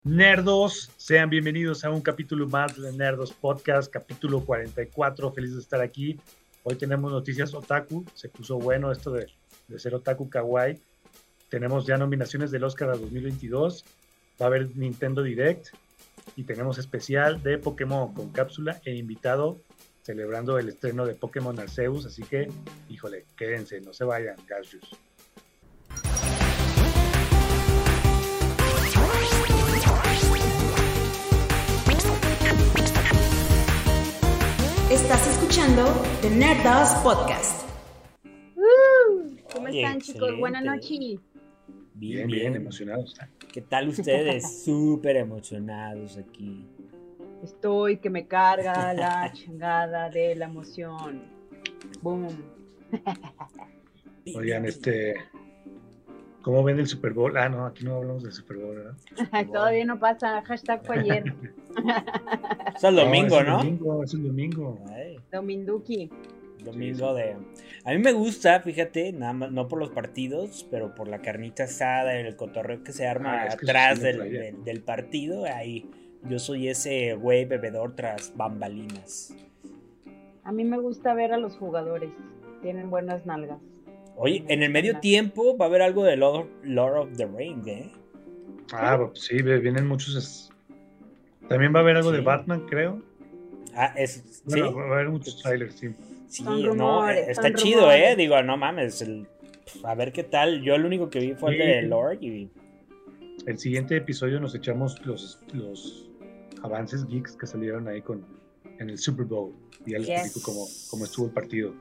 Nerdos, sean bienvenidos a un capítulo más de Nerdos Podcast, capítulo 44, feliz de estar aquí. Hoy tenemos noticias otaku, se puso bueno esto de ser otaku kawaii. Tenemos ya nominaciones del Oscar a 2022, va a haber Nintendo Direct y tenemos especial de Pokémon con cápsula e invitado celebrando el estreno de Pokémon Arceus, así que, híjole, quédense, no se vayan, Garcius. Estás escuchando The Nerdos Podcast. ¿Cómo están, chicos? Buenas noches. Bien, emocionados. ¿Qué tal ustedes? Súper emocionados aquí. Estoy que me carga la chingada de la emoción. Boom. Oigan, ¿cómo ven el Super Bowl? Ah, no, aquí no hablamos del Super Bowl, ¿verdad? Todavía no pasa, hashtag fue ayer. Es el domingo, ¿no? Es el domingo. Dominduki. Domingo de... A mí me gusta, fíjate, nada más, no por los partidos, pero por la carnita asada, el cotorreo que se arma atrás del partido. Ahí yo soy ese güey bebedor tras bambalinas. A mí me gusta ver a los jugadores. Tienen buenas nalgas. Oye, en el medio tiempo va a haber algo de Lord of the Rings, ¿eh? Ah, sí, vienen muchos. También va a haber algo de Batman, creo. Ah, Bueno, sí. va a haber muchos trailers, sí. Sí, Son rumores, está son chido, rumores. Digo, no mames, a ver qué tal. Yo el único que vi fue el de Lord y... El siguiente episodio nos echamos los avances geeks que salieron ahí en el Super Bowl. Y ya les explico cómo estuvo el partido.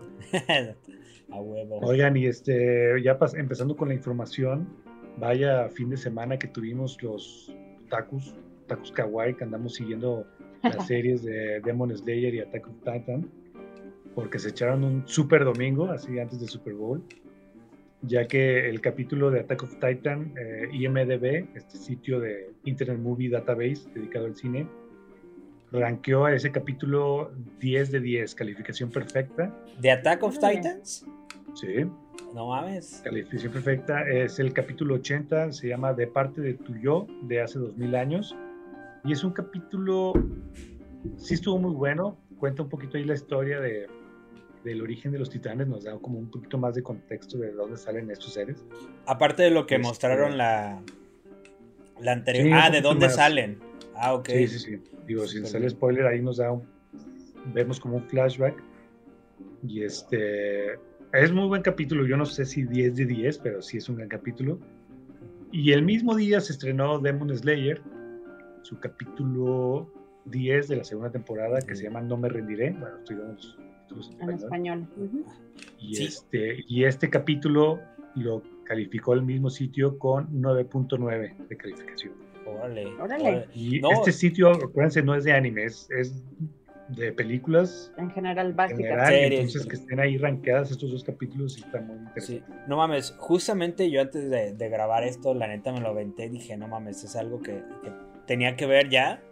A huevo. Oigan, y ya empezando con la información, vaya fin de semana que tuvimos los otakus kawaii, que andamos siguiendo las series de Demon Slayer y Attack of Titan, porque se echaron un super domingo, así antes del Super Bowl, ya que el capítulo de Attack of Titan, IMDb, este sitio de Internet Movie Database dedicado al cine, rankeó a ese capítulo 10 de 10, calificación perfecta. ¿De Attack of Titans? Sí. No mames. Calificación perfecta, es el capítulo 80, se llama De parte de tu yo, de hace 2000 años, y es un capítulo, sí estuvo muy bueno, cuenta un poquito ahí la historia del origen de los titanes, nos da como un poquito más de contexto de dónde salen estos seres. Aparte de lo que mostraron la anterior. Sí, ¿de dónde más salen? Ah, ok. Sí. Digo, sin hacer spoiler, ahí nos da vemos como un flashback. Y es muy buen capítulo. Yo no sé si 10 de 10, pero sí es un gran capítulo. Y el mismo día se estrenó Demon Slayer, su capítulo 10 de la segunda temporada, que se llama No me rendiré. Bueno, estoy dando los títulos en español. Uh-huh. Y, Sí. Este capítulo lo calificó el mismo sitio con 9.9 de calificación. Órale. Y este sitio, acuérdense, no es de anime, es de películas en general básicas. Series, entonces que estén ahí rankeadas estos dos capítulos y está muy interesante. Sí. No mames, justamente yo antes de grabar esto, la neta me lo aventé y dije, no mames, es algo que tenía que ver ya.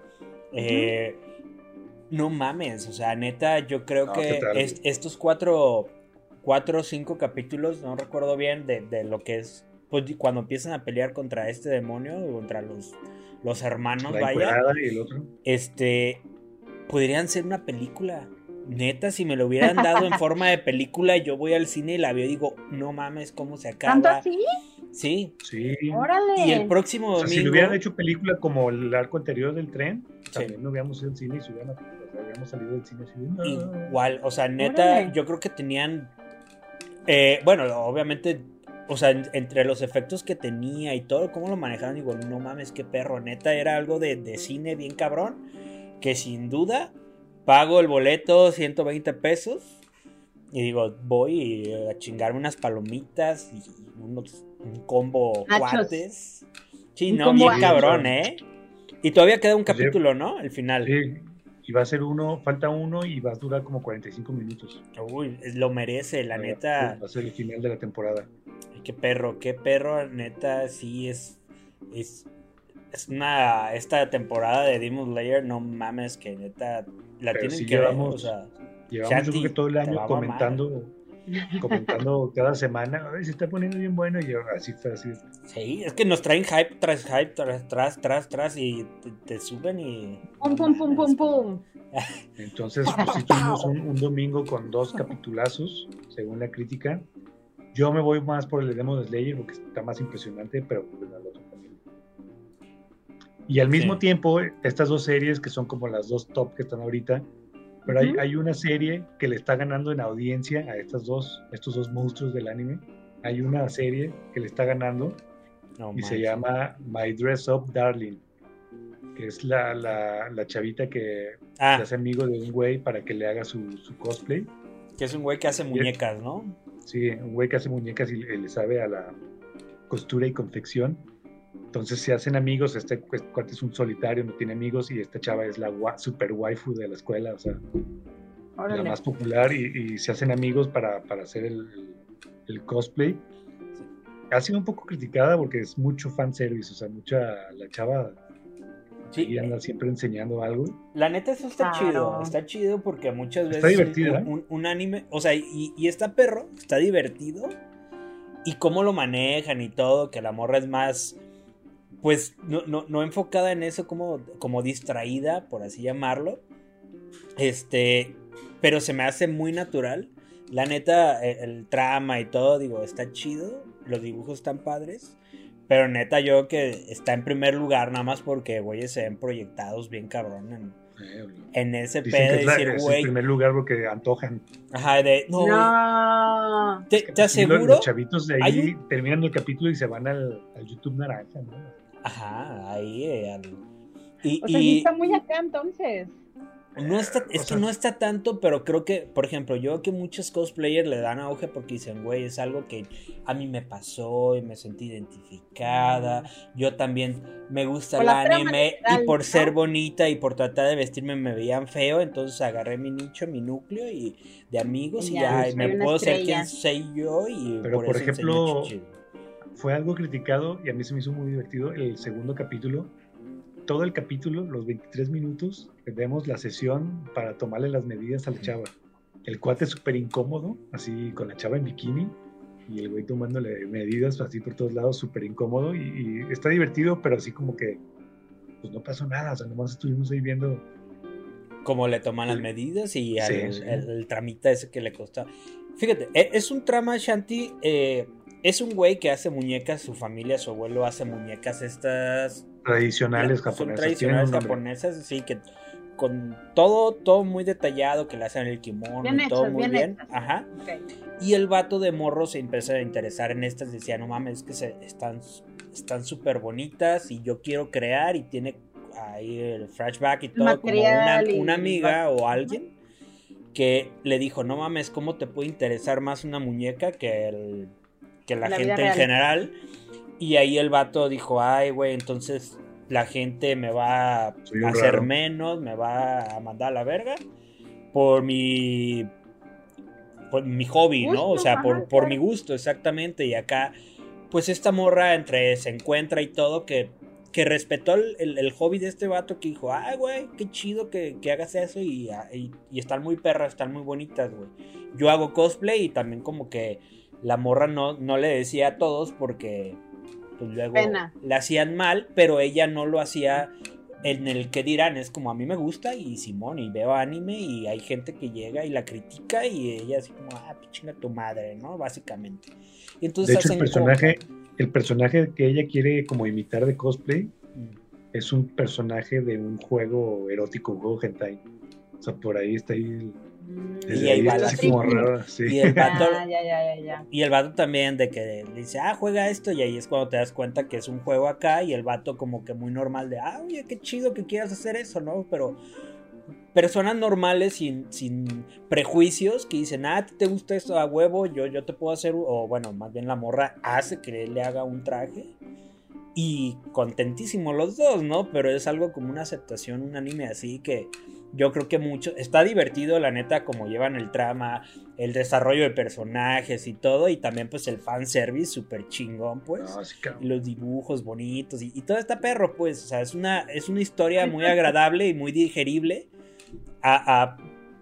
No mames, o sea, neta, yo creo que estos 4 o 5 capítulos, no recuerdo bien de lo que es, pues cuando empiezan a pelear contra este demonio, contra los hermanos, la vaya, y el otro. Podrían ser una película. Neta, si me lo hubieran dado en forma de película, yo voy al cine y la veo y digo, no mames, ¿cómo se acaba? ¿Tanto así? Sí. Órale. Y el próximo domingo... si lo hubieran hecho película como el arco anterior del tren, también no hubiéramos ido al cine y hubiéramos salido del cine así. No. Igual, o sea, neta, yo creo que tenían... bueno, obviamente... O sea, entre los efectos que tenía y todo, cómo lo manejaban, digo, no mames, qué perro. Neta, era algo de cine bien cabrón, que sin duda pago el boleto 120 pesos y digo, voy a chingarme unas palomitas y un combo cuates. Sí, no, bien cabrón, Y todavía queda un capítulo, ¿no? El final. Sí, y va a ser falta uno y va a durar como 45 minutos. Uy, lo merece, la neta. Va a ser el final de la temporada. Ay, qué perro, neta, sí es esta temporada de Demon Slayer, no mames, que neta la tienen que ver, o sea, llevamos yo creo que todo el año comentando comentando cada semana, ay, se está poniendo bien bueno, y yo, así fue así. Sí, es que nos traen hype tras y te suben y... Pum, pum, pum, pum, pum. Entonces, pues sí tuvimos un domingo con 2 capitulazos, según la crítica. Yo me voy más por el de Demon Slayer porque está más impresionante, pero pues, el otro también. Y al mismo tiempo, estas 2 series que son como las 2 top que están ahorita, pero hay una serie que le está ganando en audiencia a estos dos monstruos del anime. Hay una serie que le está ganando se llama My Dress Up Darling, que es la chavita que se hace amigo de un güey para que le haga su cosplay. Que es un güey que hace muñecas, ¿no? Sí, un güey que hace muñecas y le sabe a la costura y confección. Entonces se hacen amigos, este cuate es un solitario, no tiene amigos, y esta chava es la super waifu de la escuela, o sea, la más popular, y se hacen amigos para hacer el cosplay. Ha sido un poco criticada porque es mucho fanservice, o sea, la chava y anda siempre enseñando algo. La neta eso está chido porque muchas veces está divertido, un anime, o sea, y está perro, está divertido, y cómo lo manejan y todo, que la morra es más... pues no enfocada en eso, como distraída, por así llamarlo. Pero se me hace muy natural. La neta, el trama y todo, digo, está chido. Los dibujos están padres. Pero neta, yo creo que está en primer lugar, nada más porque, güeyes, se ven proyectados bien cabrón en ese pedo de decir, güey. Es el primer lugar porque antojan. Ajá, No. Te aseguro. Los chavitos de ahí terminan el capítulo y se van al YouTube naranja, ¿no? Ajá, ahí. O sea, sí está muy acá entonces. No está, que no está tanto, pero creo que, por ejemplo, yo que muchos cosplayers le dan auge porque dicen, güey, es algo que a mí me pasó y me sentí identificada. Yo también me gusta el anime y por ser bonita y por tratar de vestirme me veían feo, entonces agarré mi nicho, mi núcleo y de amigos y ya me puedo ser quien soy yo. Pero por ejemplo, fue algo criticado y a mí se me hizo muy divertido el segundo capítulo. Todo el capítulo, los 23 minutos, vemos la sesión para tomarle las medidas a la chava. El cuate es súper incómodo, así con la chava en bikini, y el güey tomándole medidas así por todos lados, súper incómodo, y está divertido, pero así como que, pues no pasó nada, o sea, nomás estuvimos ahí viendo cómo le toman las medidas y el tramita ese que le costó. Fíjate, es un trama, Shanti, es un güey que hace muñecas, su familia, su abuelo hace muñecas estas... tradicionales japonesas. Son tradicionales japonesas, sí, que con todo muy detallado, que le hacen el kimono bien y todo hechas, muy bien. Ajá. Okay. Y el vato de morro se empezó a interesar en estas, decía, no mames, es que están súper bonitas y yo quiero crear, y tiene ahí el flashback y todo, material como una amiga o alguien que le dijo, no mames, ¿cómo te puede interesar más una muñeca que la gente en general? Y ahí el vato dijo, ay, güey, entonces la gente me va a hacer menos, me va a mandar a la verga por mi hobby, gusto, ¿no? O sea, por mi gusto, exactamente. Y acá, pues esta morra se encuentra y todo, que respetó el hobby de este vato, que dijo, ay, güey, qué chido que hagas eso, y están muy perras, están muy bonitas, güey. Yo hago cosplay, y también como que la morra no le decía a todos porque... pues luego le hacían mal, pero ella no lo hacía en el que dirán, es como a mí me gusta y Simón, y veo anime y hay gente que llega y la critica y ella así como, chinga tu madre, ¿no? Básicamente. Y entonces de hecho, el personaje que ella quiere como imitar de cosplay es un personaje de un juego erótico, un juego hentai. O sea, por ahí está ahí... Y ahí va así como raro, sí. Y el vato, ya. Y el vato también de que dice, juega esto, y ahí es cuando te das cuenta que es un juego acá, y el vato como que muy normal de, oye, qué chido que quieras hacer eso, ¿no? Pero personas normales sin prejuicios que dicen, ¿te gusta esto a huevo? Yo te puedo hacer, o bueno, más bien la morra hace que le haga un traje. Y contentísimo los dos, ¿no? Pero es algo como una aceptación, un anime así que yo creo que mucho... Está divertido, la neta, como llevan el trama, el desarrollo de personajes y todo, y también pues el fanservice súper chingón, pues. No, sí, y los dibujos bonitos, y todo está perro, pues. O sea, es una historia muy agradable y muy digerible.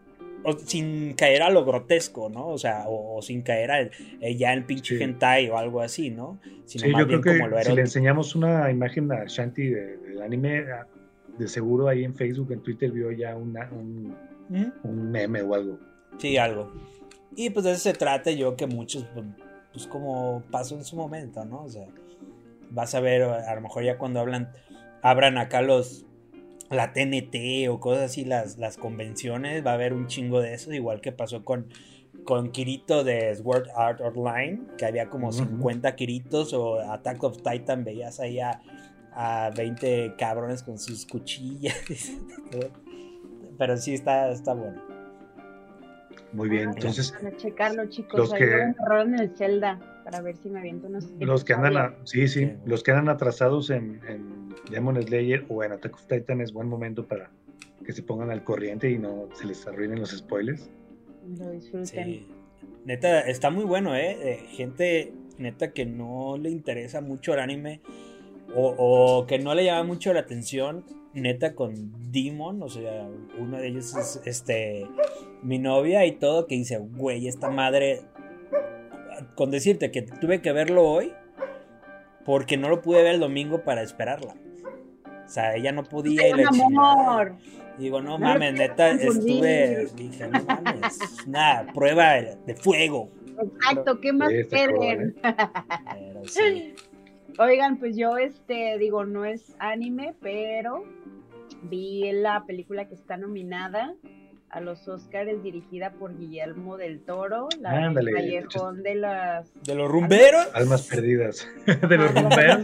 sin caer a lo grotesco, ¿no? O sea, o sin caer ya en pinche hentai o algo así, ¿no? Sino más yo bien creo que como lo si le erótico. enseñamos una imagen a Shanti del anime, de seguro ahí en Facebook, en Twitter vio ya un meme o algo. Sí, algo. Y pues de eso se trata, yo que muchos, pues como pasó en su momento, ¿no? O sea, vas a ver, a lo mejor ya cuando abran acá la TNT o cosas así, las convenciones, va a haber un chingo de eso, igual que pasó con Kirito de Sword Art Online, que había como 50 Kiritos, o Attack of Titan, veías ahí a 20 cabrones con sus cuchillas. Pero sí está bueno. Muy bien, entonces... Para checarlo, chicos, ahí voy a encerrar en el Zelda para ver si me aviento unos... Los que andan, los que andan atrasados en Demon Slayer o en Attack of Titan es buen momento para que se pongan al corriente y no se les arruinen los spoilers. Lo disfruten. Sí. Neta, está muy bueno, gente, neta, que no le interesa mucho el anime o que no le llama mucho la atención, neta, con Demon, o sea, uno de ellos es mi novia y todo, que dice, güey, esta madre, con decirte que tuve que verlo hoy porque no lo pude ver el domingo para esperarla. O sea, ella no podía y le amor. Digo, no mames, neta, dije, no mames, nada, prueba de fuego. Exacto, ¿qué más quieren? Pero sí. Oigan, pues yo, digo, no es anime, pero vi la película que está nominada a los Oscars, dirigida por Guillermo del Toro, la del Callejón de los rumberos. Almas perdidas. De los rumberos.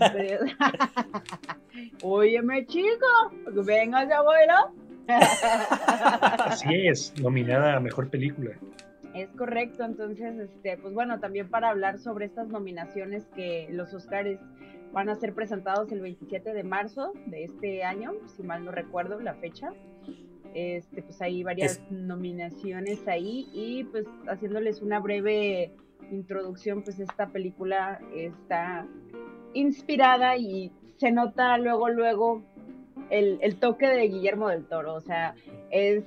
Óyeme, chico, venga ya, abuelo. Así es, nominada a Mejor Película. Es correcto, entonces, pues bueno, también para hablar sobre estas nominaciones que los Oscars van a ser presentados el 27 de marzo de este año, si mal no recuerdo la fecha. Pues hay varias nominaciones ahí y pues haciéndoles una breve introducción, pues esta película está inspirada y se nota luego el toque de Guillermo del Toro, o sea, es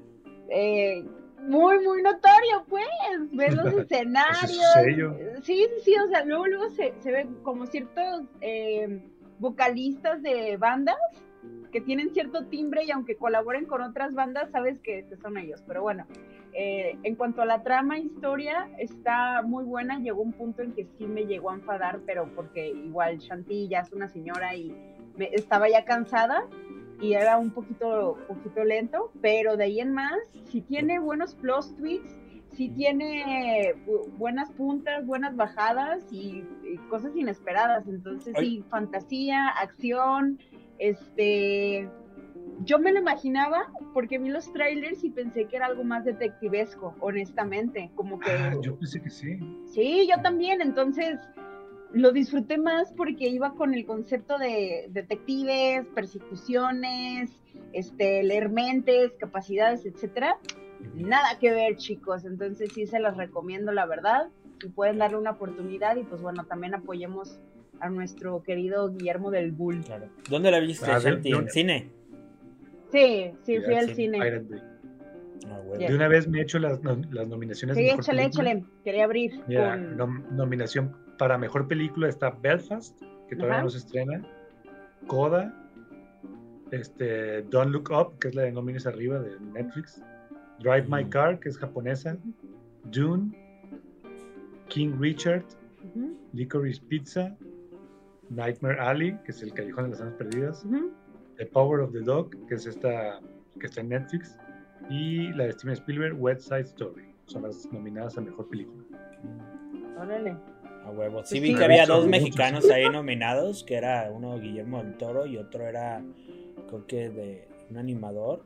muy, muy notorio, pues, ver los escenarios. Sí, o sea, luego se ven como ciertos vocalistas de bandas que tienen cierto timbre y aunque colaboren con otras bandas, sabes que son ellos. Pero bueno, en cuanto a la trama, historia, está muy buena. Llegó un punto en que sí me llegó a enfadar, pero porque igual Shanti ya es una señora y estaba ya cansada y era un poquito lento, pero de ahí en más, sí tiene buenos plot twists, sí tiene buenas puntas, buenas bajadas y cosas inesperadas. Entonces sí, fantasía, acción, yo me lo imaginaba porque vi los trailers y pensé que era algo más detectivesco, honestamente, como que... yo pensé que sí. Sí, yo también, entonces lo disfruté más porque iba con el concepto de detectives, persecuciones, leer mentes, capacidades, etcétera. Nada que ver, chicos, entonces sí se los recomiendo, la verdad, y pueden darle una oportunidad y pues bueno, también apoyemos a nuestro querido Guillermo del Bull. Claro. ¿Dónde la viste, Shanti? ¿En cine? Sí, fui al cine. De una vez me he hecho las nominaciones. Sí, échale, quería abrir. Mira, nominación para Mejor Película está Belfast, que todavía no se estrena, Coda, Don't Look Up, que es la de No Mires Arriba de Netflix, Drive My Car, que es japonesa, Dune, King Richard, Licorice Pizza, Nightmare Alley, que es El Callejón de las Almas Perdidas, The Power of the Dog, que es esta que está en Netflix, y la de Steven Spielberg, West Side Story. Son las nominadas a Mejor Película. Órale. A huevo. Sí, vi que había dos mexicanos ahí nominados, que era uno Guillermo del Toro y otro era, creo que de un animador.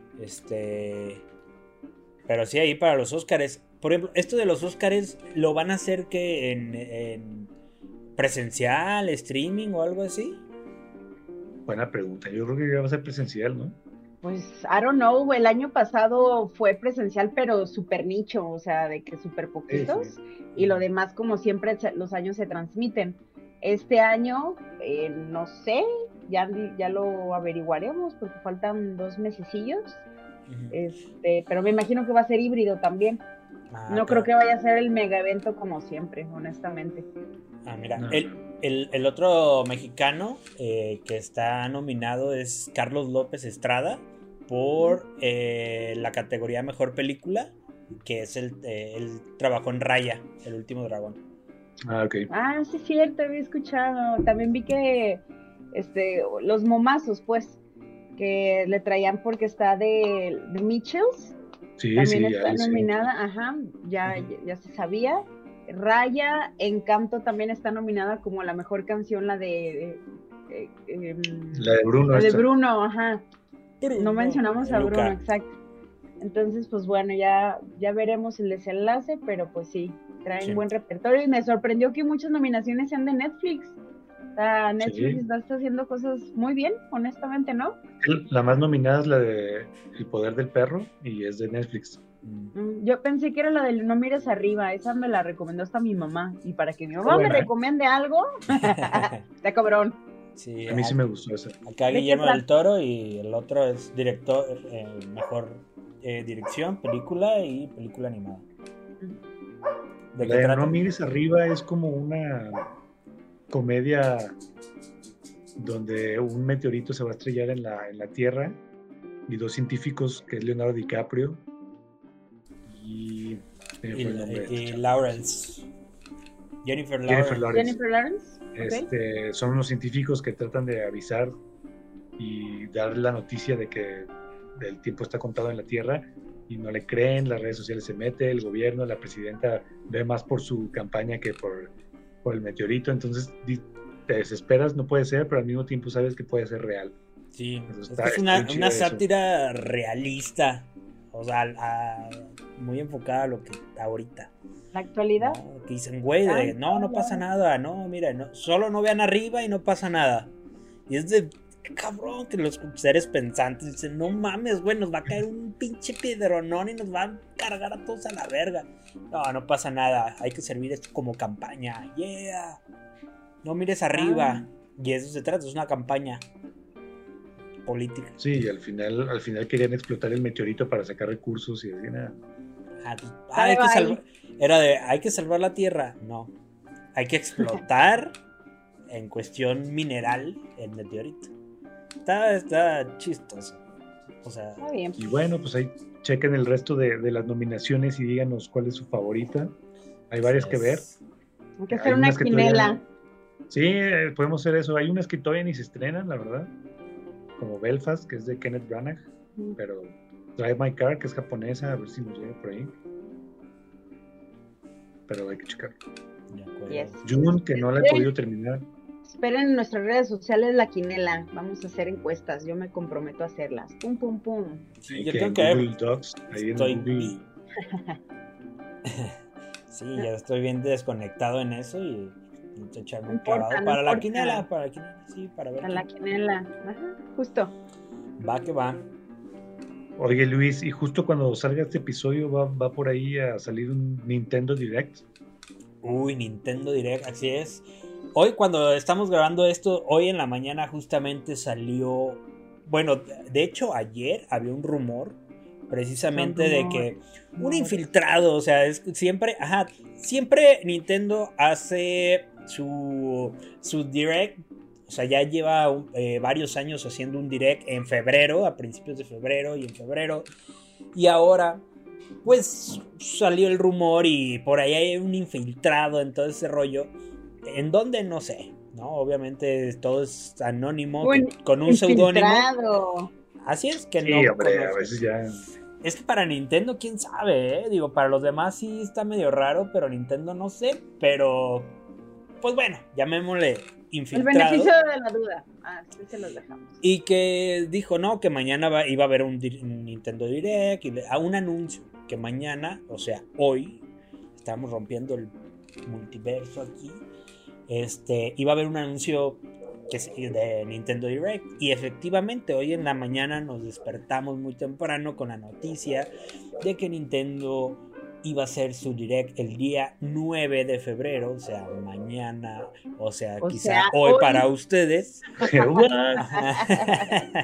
Pero sí, ahí para los Óscares. Por ejemplo, esto de los Óscares, ¿lo van a hacer que en presencial, streaming o algo así? Buena pregunta. Yo creo que ya va a ser presencial, ¿no? Pues, I don't know, el año pasado fue presencial, pero súper nicho, o sea, de que súper poquitos, sí. Y lo demás, como siempre, los años se transmiten. Este año, no sé, ya lo averiguaremos, porque faltan 2 mesecillos, Pero me imagino que va a ser híbrido también. No creo que vaya a ser el mega evento como siempre, honestamente. Mira, no. El otro mexicano que está nominado es Carlos López Estrada por la categoría Mejor Película, que es él trabajó en Raya, El Último Dragón. Ok. Sí es cierto, había escuchado. También vi que los momazos, pues, que le traían porque está de Mitchells. Sí, también sí, está nominada, ya se sabía. Raya, Encanto también está nominada como la mejor canción, la de Bruno. La de Bruno, Bruno, no mencionamos a Bruno, exacto. Entonces, pues bueno, ya veremos el desenlace, pero pues sí, traen buen repertorio y me sorprendió que muchas nominaciones sean de Netflix. Netflix está haciendo cosas muy bien, honestamente, ¿no? La más nominada es la de El Poder del Perro y es de Netflix. Yo pensé que era la de No Mires Arriba, esa me la recomendó hasta mi mamá, y para que mi mamá me recomiende algo, está cabrón. Sí, a mí sí me gustó esa. Acá Guillermo del Toro y el otro es director, mejor dirección, película y película animada. ¿De qué trata? No Mires Arriba es como una comedia donde un meteorito se va a estrellar en la Tierra y dos científicos, que es Leonardo DiCaprio y Lawrence. Jennifer Lawrence. Son unos científicos que tratan de avisar y dar la noticia de que el tiempo está contado en la Tierra y no le creen, las redes sociales se mete, el gobierno, la presidenta ve más por su campaña que por el meteorito, entonces te desesperas, no puede ser, pero al mismo tiempo sabes que puede ser real. Sí, es una sátira realista, o sea, muy enfocada a lo que está ahorita. ¿La actualidad? No, que dicen, güey, no pasa nada, no, mira, solo no vean arriba y no pasa nada. Y es de, cabrón, que los seres pensantes dicen, no mames, güey, nos va a caer un pinche piedronón y nos va a cargar a todos a la verga. No pasa nada, hay que servir esto como campaña, no mires arriba. Y eso se trata, es una campaña política. Sí, y al final querían explotar el meteorito para sacar recursos y así nada. Hay que salvar la Tierra. No, hay que explotar en cuestión mineral el meteorito. Está chistoso. O sea, está bien. Y bueno, pues ahí chequen el resto de las nominaciones y díganos cuál es su favorita. Hay varias que ver. Hay que hacer una quinela. Sí, podemos hacer eso. Hay unas que todavía ni se estrenan, la verdad. Como Belfast, que es de Kenneth Branagh. Pero Drive My Car, que es japonesa, a ver si nos llega por ahí. Pero hay que checar. June, que no la he podido terminar. Esperen en nuestras redes sociales la quinela. Vamos a hacer encuestas. Yo me comprometo a hacerlas. Pum, pum, pum. Sí, yo tengo que Google Docs, ahí en Google. Sí, ya estoy bien desconectado en eso y echarme un clavado para la quinela, sí, para ver. Para la quinela, justo. Va que va. Oye, Luis, y justo cuando salga este episodio va por ahí a salir un Nintendo Direct. Uy, Nintendo Direct, así es. Hoy cuando estamos grabando esto, hoy en la mañana justamente salió, bueno, de hecho ayer había un rumor precisamente de que un infiltrado, o sea, es siempre Nintendo hace su Direct, o sea, ya lleva varios años haciendo un Direct en febrero, a principios de febrero y en febrero, y ahora pues salió el rumor y por ahí hay un infiltrado en todo ese rollo, en donde no sé, ¿no? Obviamente todo es anónimo, con un seudónimo. Así es que sí, no. Hombre, a veces ya. Es que para Nintendo, quién sabe, Digo, para los demás sí está medio raro, pero Nintendo no sé. Pero, pues bueno, llamémosle infiltrado. El beneficio de la duda. Sí se los dejamos. Y que dijo, no, que mañana iba a haber un Nintendo Direct, y a un anuncio que mañana, o sea, hoy, estamos rompiendo el multiverso aquí, iba a haber un anuncio de Nintendo Direct, y efectivamente hoy en la mañana nos despertamos muy temprano con la noticia de que Nintendo iba a hacer su Direct el día 9 de febrero, o sea, mañana, o sea, quizá hoy para ustedes.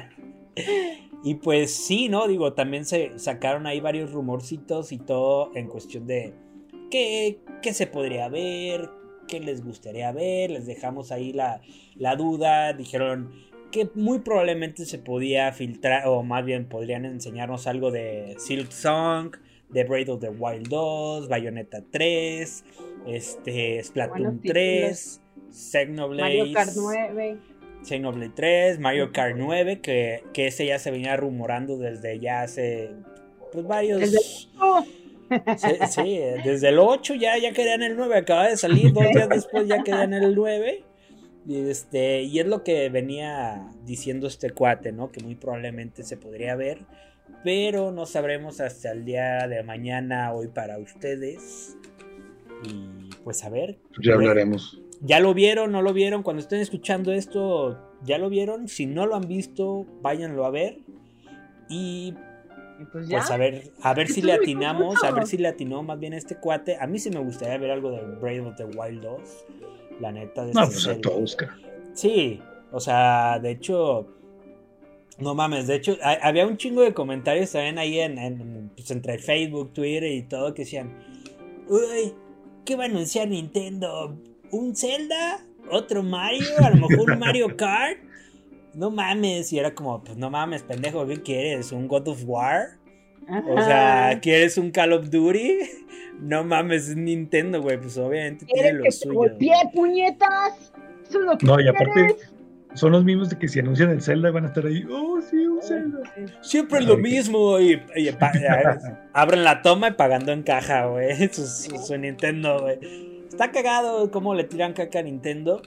Y pues sí, ¿no? Digo, también se sacaron ahí varios rumorcitos y todo en cuestión de qué se podría ver, qué les gustaría ver. Les dejamos ahí la duda. Dijeron que muy probablemente se podía filtrar, o más bien podrían enseñarnos algo de Silk Song, de Breath of the Wild 2, Bayonetta 3, Splatoon 3, Xenoblade, Mario Kart 9. Xenoblade 3, Mario Kart 9, que ese ya se venía rumorando desde ya hace pues varios... Sí, desde el 8 ya querían el 9, acaba de salir, 2 días después ya querían el 9. Y es lo que venía diciendo este cuate, ¿no? Que muy probablemente se podría ver, pero no sabremos hasta el día de mañana, hoy para ustedes. Y pues a ver. Ya hablaremos. ¿Ya lo vieron? ¿No lo vieron? Cuando estén escuchando esto, ¿ya lo vieron? Si no lo han visto, váyanlo a ver. Y pues a ver si le atinamos, a ver si le atinó más bien este cuate. A mí sí me gustaría ver algo de Breath of the Wild 2. La neta. No, pues a todos. Sí, o sea, de hecho, no mames, de hecho, había un chingo de comentarios también ahí pues entre Facebook, Twitter y todo que decían, uy, ¿qué va a anunciar Nintendo? ¿Un Zelda? ¿Otro Mario? ¿A lo mejor un Mario Kart? No mames, y era como, pues no mames, pendejo, ¿qué quieres? ¿Un God of War? Ajá. O sea, ¿quieres un Call of Duty? No mames, es Nintendo, güey, pues obviamente tiene lo suyo. ¡Golpeé, puñetas! No, y aparte, son los mismos de que si anuncian el Zelda van a estar ahí, oh, sí, un Zelda. Siempre es lo mismo, y abren la toma y pagando en caja, güey, su Nintendo, güey. Está cagado cómo le tiran caca a Nintendo.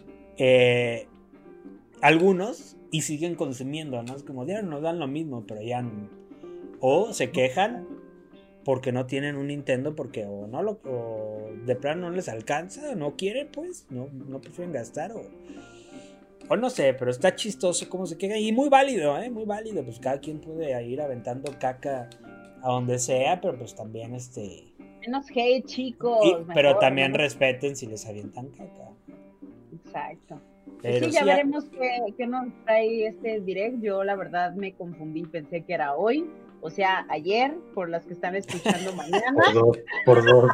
Algunos, y siguen consumiendo, ¿no? Es como, ya nos dan lo mismo, pero ya no. O se quejan porque no tienen un Nintendo, porque o de plano no les alcanza, o no quieren, pues, no prefieren gastar, o no sé, pero está chistoso cómo se quejan, y muy válido, muy válido, pues cada quien puede ir aventando caca a donde sea, pero pues también menos hate, chicos. Pero también respeten si les avientan caca. Exacto. Pero sí, ya veremos qué nos trae este direct. Yo la verdad me confundí, pensé que era hoy, o sea, ayer, por las que están escuchando mañana. Por dos.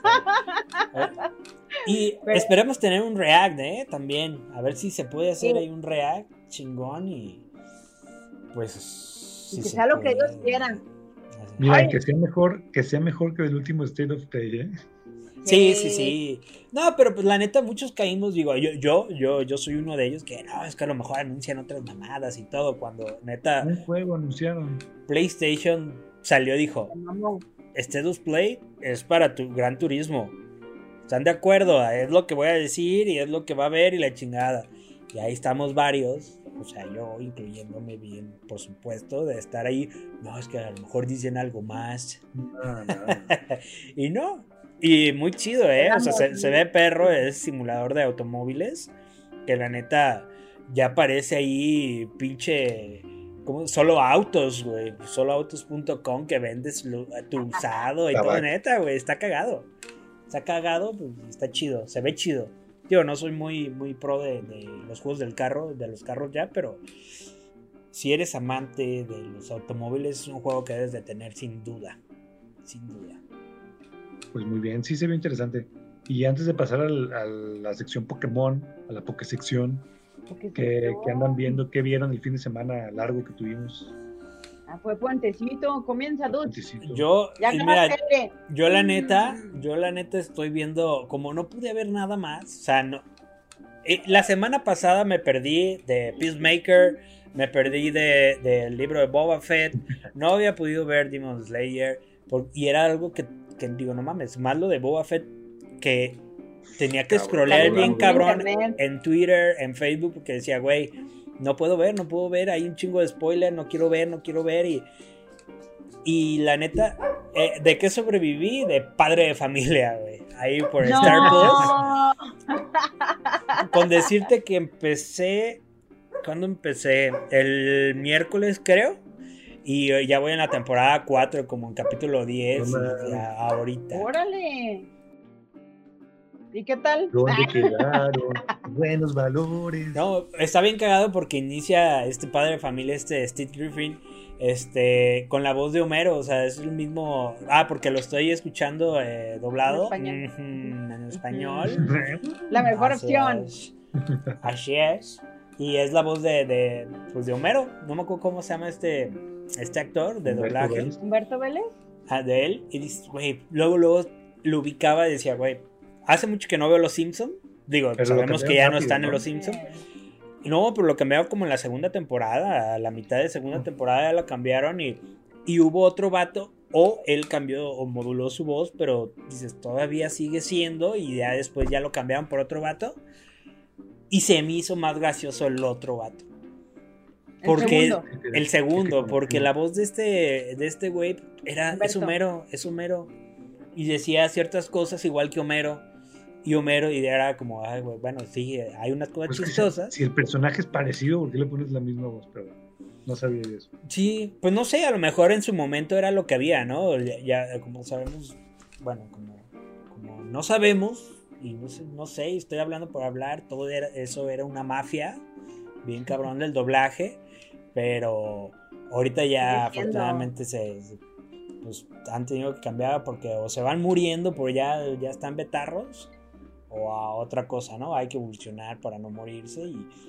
Y esperemos tener un react, también, a ver si se puede hacer ahí un react chingón y pues y que sea lo que Dios quiera. Mira, que sea mejor que el último State of Play, Sí. No, pero pues la neta muchos caímos, digo, yo soy uno de ellos que no, es que a lo mejor anuncian otras mamadas y todo, cuando neta un juego anunciaron. PlayStation salió y dijo, State of Play es para tu Gran Turismo. ¿Están de acuerdo? Es lo que voy a decir y es lo que va a haber y la chingada. Y ahí estamos varios, o sea, yo incluyéndome bien, por supuesto, de estar ahí. No, es que a lo mejor dicen algo más. No. Y no. Y muy chido, o sea, se ve perro, es simulador de automóviles, que la neta ya parece ahí pinche, como solo autos, güey, soloautos.com, que vendes tu usado y todo, neta, güey, está cagado, pues está chido, se ve chido. Yo no soy muy pro de los juegos de los carros ya, pero si eres amante de los automóviles es un juego que debes de tener sin duda. Pues muy bien, sí se ve interesante. Y antes de pasar a la sección Pokémon, a la Pokésección, que andan viendo, ¿qué vieron el fin de semana largo que tuvimos? Fue puentecito, comienza Dudes. Yo la neta estoy viendo, como no pude ver nada más, o sea, no. La semana pasada me perdí de Peacemaker, me perdí del libro de Boba Fett, no había podido ver Demon Slayer, y era algo que digo, no mames, más lo de Boba Fett, que tenía que scrollear bien cabrón en Twitter, en Facebook, porque decía, güey, no puedo ver, hay un chingo de spoiler, no quiero ver, y la neta, ¿de qué sobreviví? De padre de familia, güey, ahí por Star Plus, con decirte que ¿cuándo empecé? El miércoles, creo. Y ya voy en la temporada 4, como en capítulo 10, ya ahorita. ¡Órale! ¿Y qué tal? ¿Dónde quedaron buenos valores? No, está bien cagado porque inicia este padre de familia, Steve Griffin, con la voz de Homero, o sea, es el mismo. Porque lo estoy escuchando doblado en español. La mejor opción. Así es. Y es la voz de Homero. No me acuerdo cómo se llama este actor de doblaje. Humberto Vélez. De él. Y dices, güey, luego lo ubicaba y decía, güey, hace mucho que no veo Los Simpsons. Digo, pero sabemos que ya rápido, no están, ¿no?, en Los Simpsons. No, pero lo cambiaron como en la segunda temporada. A la mitad de segunda temporada ya lo cambiaron y hubo otro vato. O él cambió o moduló su voz, pero dices, todavía sigue siendo. Y ya después ya lo cambiaron por otro vato. Y se me hizo más gracioso el otro vato. Porque el segundo, porque la voz de este güey es Homero. Y decía ciertas cosas igual que Homero. Y era como, ay, güey, bueno, sí, hay unas cosas chistosas. Si el personaje es parecido, ¿por qué le pones la misma voz? Pero no sabía de eso. Sí, pues no sé, a lo mejor en su momento era lo que había, ¿no? Ya como sabemos, bueno, como no sabemos, y no sé, estoy hablando por hablar, eso era una mafia, bien cabrón del doblaje, pero ahorita ya afortunadamente pues han tenido que cambiar porque o se van muriendo porque ya están betarros, o a otra cosa, ¿no? Hay que evolucionar para no morirse.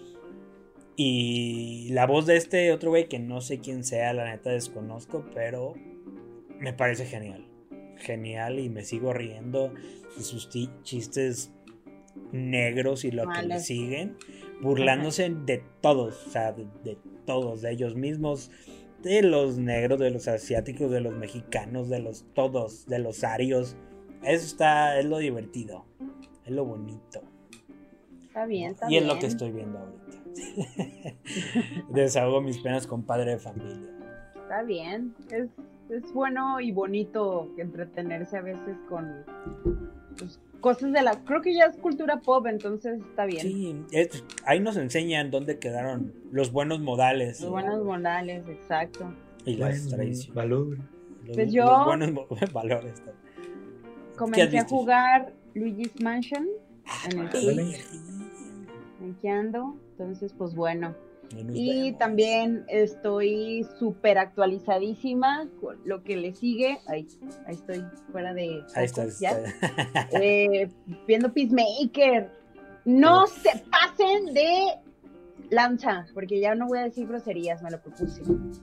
Y la voz de este otro güey, que no sé quién sea, la neta desconozco, pero me parece genial, y me sigo riendo de sus chistes negros y lo que le siguen, burlándose de todos, o sea, de todos, de ellos mismos, de los negros, de los asiáticos, de los mexicanos, de los arios. Eso es lo divertido, es lo bonito. Está bien. Y es lo que estoy viendo ahorita. Desahogo mis penas con padre de familia. Está bien, es bueno y bonito entretenerse a veces con pues, cosas creo que ya es cultura pop, entonces está bien. Sí, ahí nos enseñan dónde quedaron los buenos modales. Los buenos modales, exacto. Y las tradiciones. Valores. Pues yo los buenos valores. Comencé a jugar Luigi's Mansion en el Switch. ¿En qué ando? Entonces, pues bueno. Y también estoy súper actualizadísima con lo que le sigue. Ahí estoy, fuera de... Ahí está. Viendo Peacemaker. No se pasen de lanza, porque ya no voy a decir groserías, me lo propuse.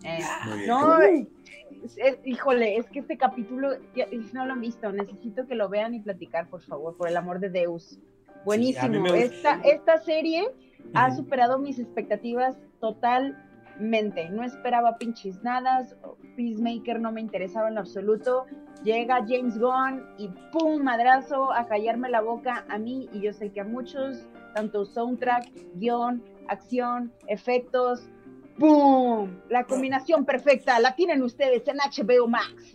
Híjole, es que este capítulo, si no lo han visto, necesito que lo vean y platicar, por favor, por el amor de Deus. Buenísimo. Sí, esta serie ha superado mis expectativas totalmente. No esperaba pinches nada. Peacemaker no me interesaba en lo absoluto. Llega James Gunn y ¡pum! Madrazo a callarme la boca a mí, y yo sé que a muchos, tanto soundtrack, guión, acción, efectos, ¡boom! La combinación perfecta la tienen ustedes en HBO Max.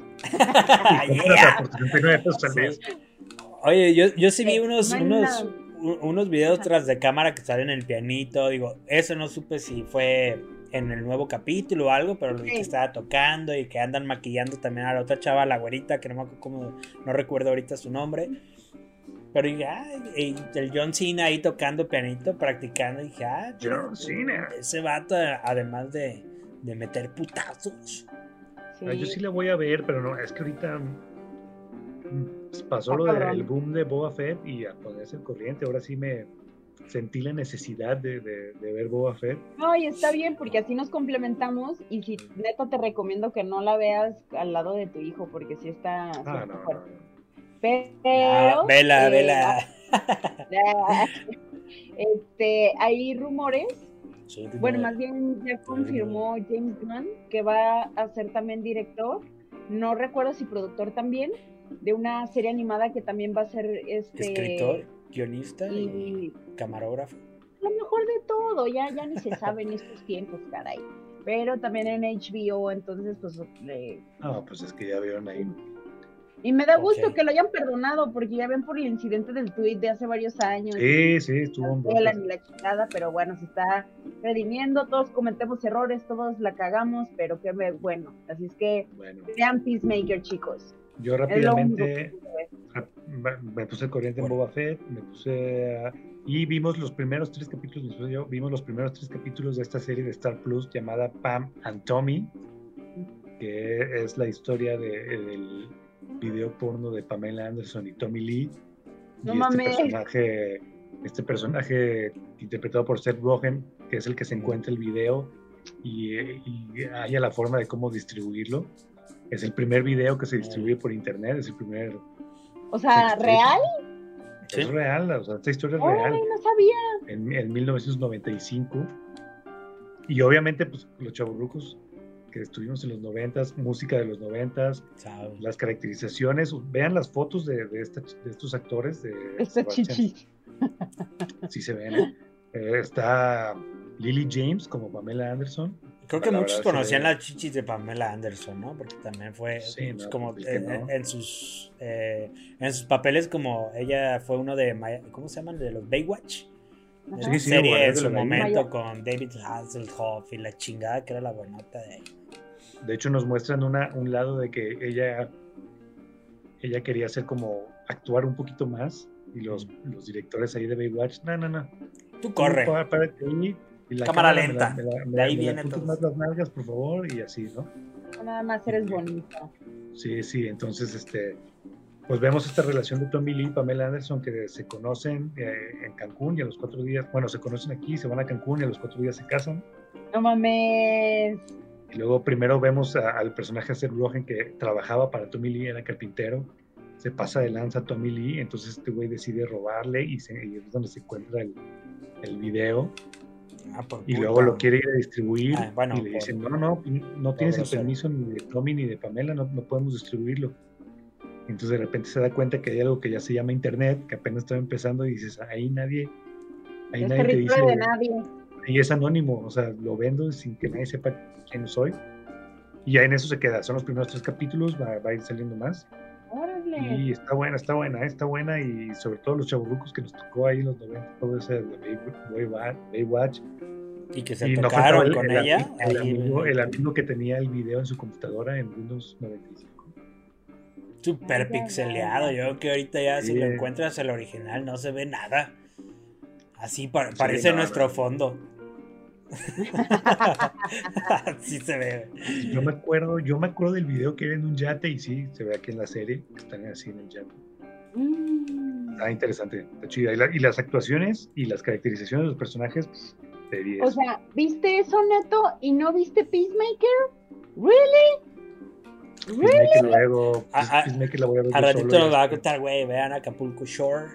Oye, yo sí vi unos videos tras de cámara que salen en el pianito. Digo, eso no supe si fue en el nuevo capítulo o algo, pero lo vi que estaba tocando y que andan maquillando también a la otra chava, la güerita, que no recuerdo ahorita su nombre. Pero ya, el John Cena ahí tocando pianito, practicando, y dije, John Cena. Ese vato, además de meter putazos. Sí. Yo sí la voy a ver, pero no, es que ahorita pasó lo del boom de Boba Fett y a ponerse al corriente. Ahora sí me sentí la necesidad de ver Boba Fett. Ay, está bien, porque así nos complementamos, y si neta te recomiendo que no la veas al lado de tu hijo, porque sí está fuerte. No. Pero vela. Hay rumores. Sí, bueno, más bien ya confirmó James Gunn que va a ser también director, no recuerdo si productor también, de una serie animada que también va a ser escritor, guionista y camarógrafo. Lo mejor de todo, ya ni se sabe en estos tiempos, caray. Pero también en HBO, entonces pues pues es que ya vieron ahí. Y me da gusto que lo hayan perdonado, porque ya ven por el incidente del tweet de hace varios años. Sí, estuvo un poco. La chingada, pero bueno, se está redimiendo, todos cometemos errores, todos la cagamos, pero qué bueno. Así es que vean Peacemaker, chicos. Yo rápidamente me puse al corriente en Boba Fett, y vimos los primeros 3 capítulos, de esta serie de Star Plus llamada Pam and Tommy, que es la historia del video porno de Pamela Anderson y Tommy Lee. No y mames. Este personaje interpretado por Seth Rogen, que es el que se encuentra el video y haya la forma de cómo distribuirlo. Es el primer video que se distribuye por internet, es el primer... O sea, ¿real? Es real, o sea, esta historia es real. Ay, no sabía. En 1995. Y obviamente, pues, los chavorrucos que estuvimos en los 90s, música de los 90s, las caracterizaciones, vean las fotos de estos actores. Esta chichi. Sí se ven, Está Lily James como Pamela Anderson. Creo que muchos conocían las chichis de Pamela Anderson, ¿no? Porque también fue como en sus papeles, como ella fue uno de, ¿cómo se llaman? De los Baywatch. Sí, serie en su momento con David Hasselhoff y la chingada que era la buenota de ahí. De hecho nos muestran un lado de que ella quería hacer como actuar un poquito más y los directores ahí de Baywatch, no. Tú corre. Párate ahí. Y la cámara lenta. De ahí viene todo. Más las nalgas, por favor, y así, ¿no? Nada más eres bonita. Sí, entonces, pues vemos esta relación de Tommy Lee y Pamela Anderson que se conocen en Cancún y a los 4 días, se conocen aquí, se van a Cancún y a los 4 días se casan. No mames. Y luego primero vemos al personaje de Seth Rogen que trabajaba para Tommy Lee, era carpintero, se pasa de lanza a Tommy Lee, entonces este güey decide robarle y es donde se encuentra el video. Y luego lo quiere ir a distribuir y le dicen, no tienes el permiso ni de Tommy ni de Pamela, no podemos distribuirlo. Entonces de repente se da cuenta que hay algo que ya se llama internet, que apenas estaba empezando y dices, ahí nadie te dice, de nadie. Y es anónimo, o sea, lo vendo sin que nadie sepa quién soy. Y ya en eso se queda, son los primeros 3 capítulos, va a ir saliendo más. ¡Órale! Y está buena, y sobre todo los chavorrucos que nos tocó ahí en los 90, todo ese de Baywatch. Y que se tocaron con ella. El amigo que tenía el video en su computadora en Windows 95. Súper pixeleado. Yo creo que ahorita ya si lo encuentras el original no se ve nada. Así parece nuestro fondo. Así se ve. Yo me acuerdo del video que era en un yate y sí, se ve aquí en la serie que están así en el yate. Está interesante, está chida. Y las actuaciones y las caracterizaciones de los personajes, de 10. O sea, ¿viste eso, Neto? ¿Y no viste Peacemaker? ¿Really? Peacemaker luego. Peacemaker la voy a ver. A ratito nos va a contar, güey, vean Acapulco Shore.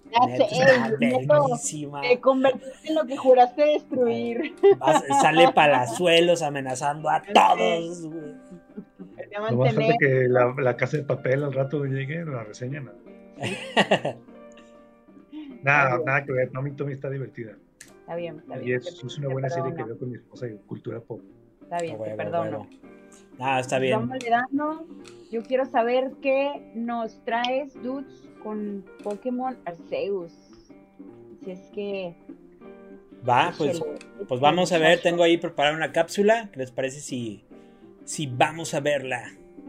Te convertiste en lo que juraste destruir. Sale Palazuelos amenazando a todos, güey. No más falta que la Casa de Papel al rato llegue, la reseñan. Nada que ver. Tommy está divertida. Está bien. Y es una buena serie que veo con mi esposa de cultura pop. Está bien, te perdono. Está bien. Vamos dando. Yo quiero saber qué nos traes, dudes, con Pokémon Arceus. Si es que... pues vamos a ver. Tengo ahí preparada una cápsula. ¿Qué les parece si vamos a verla?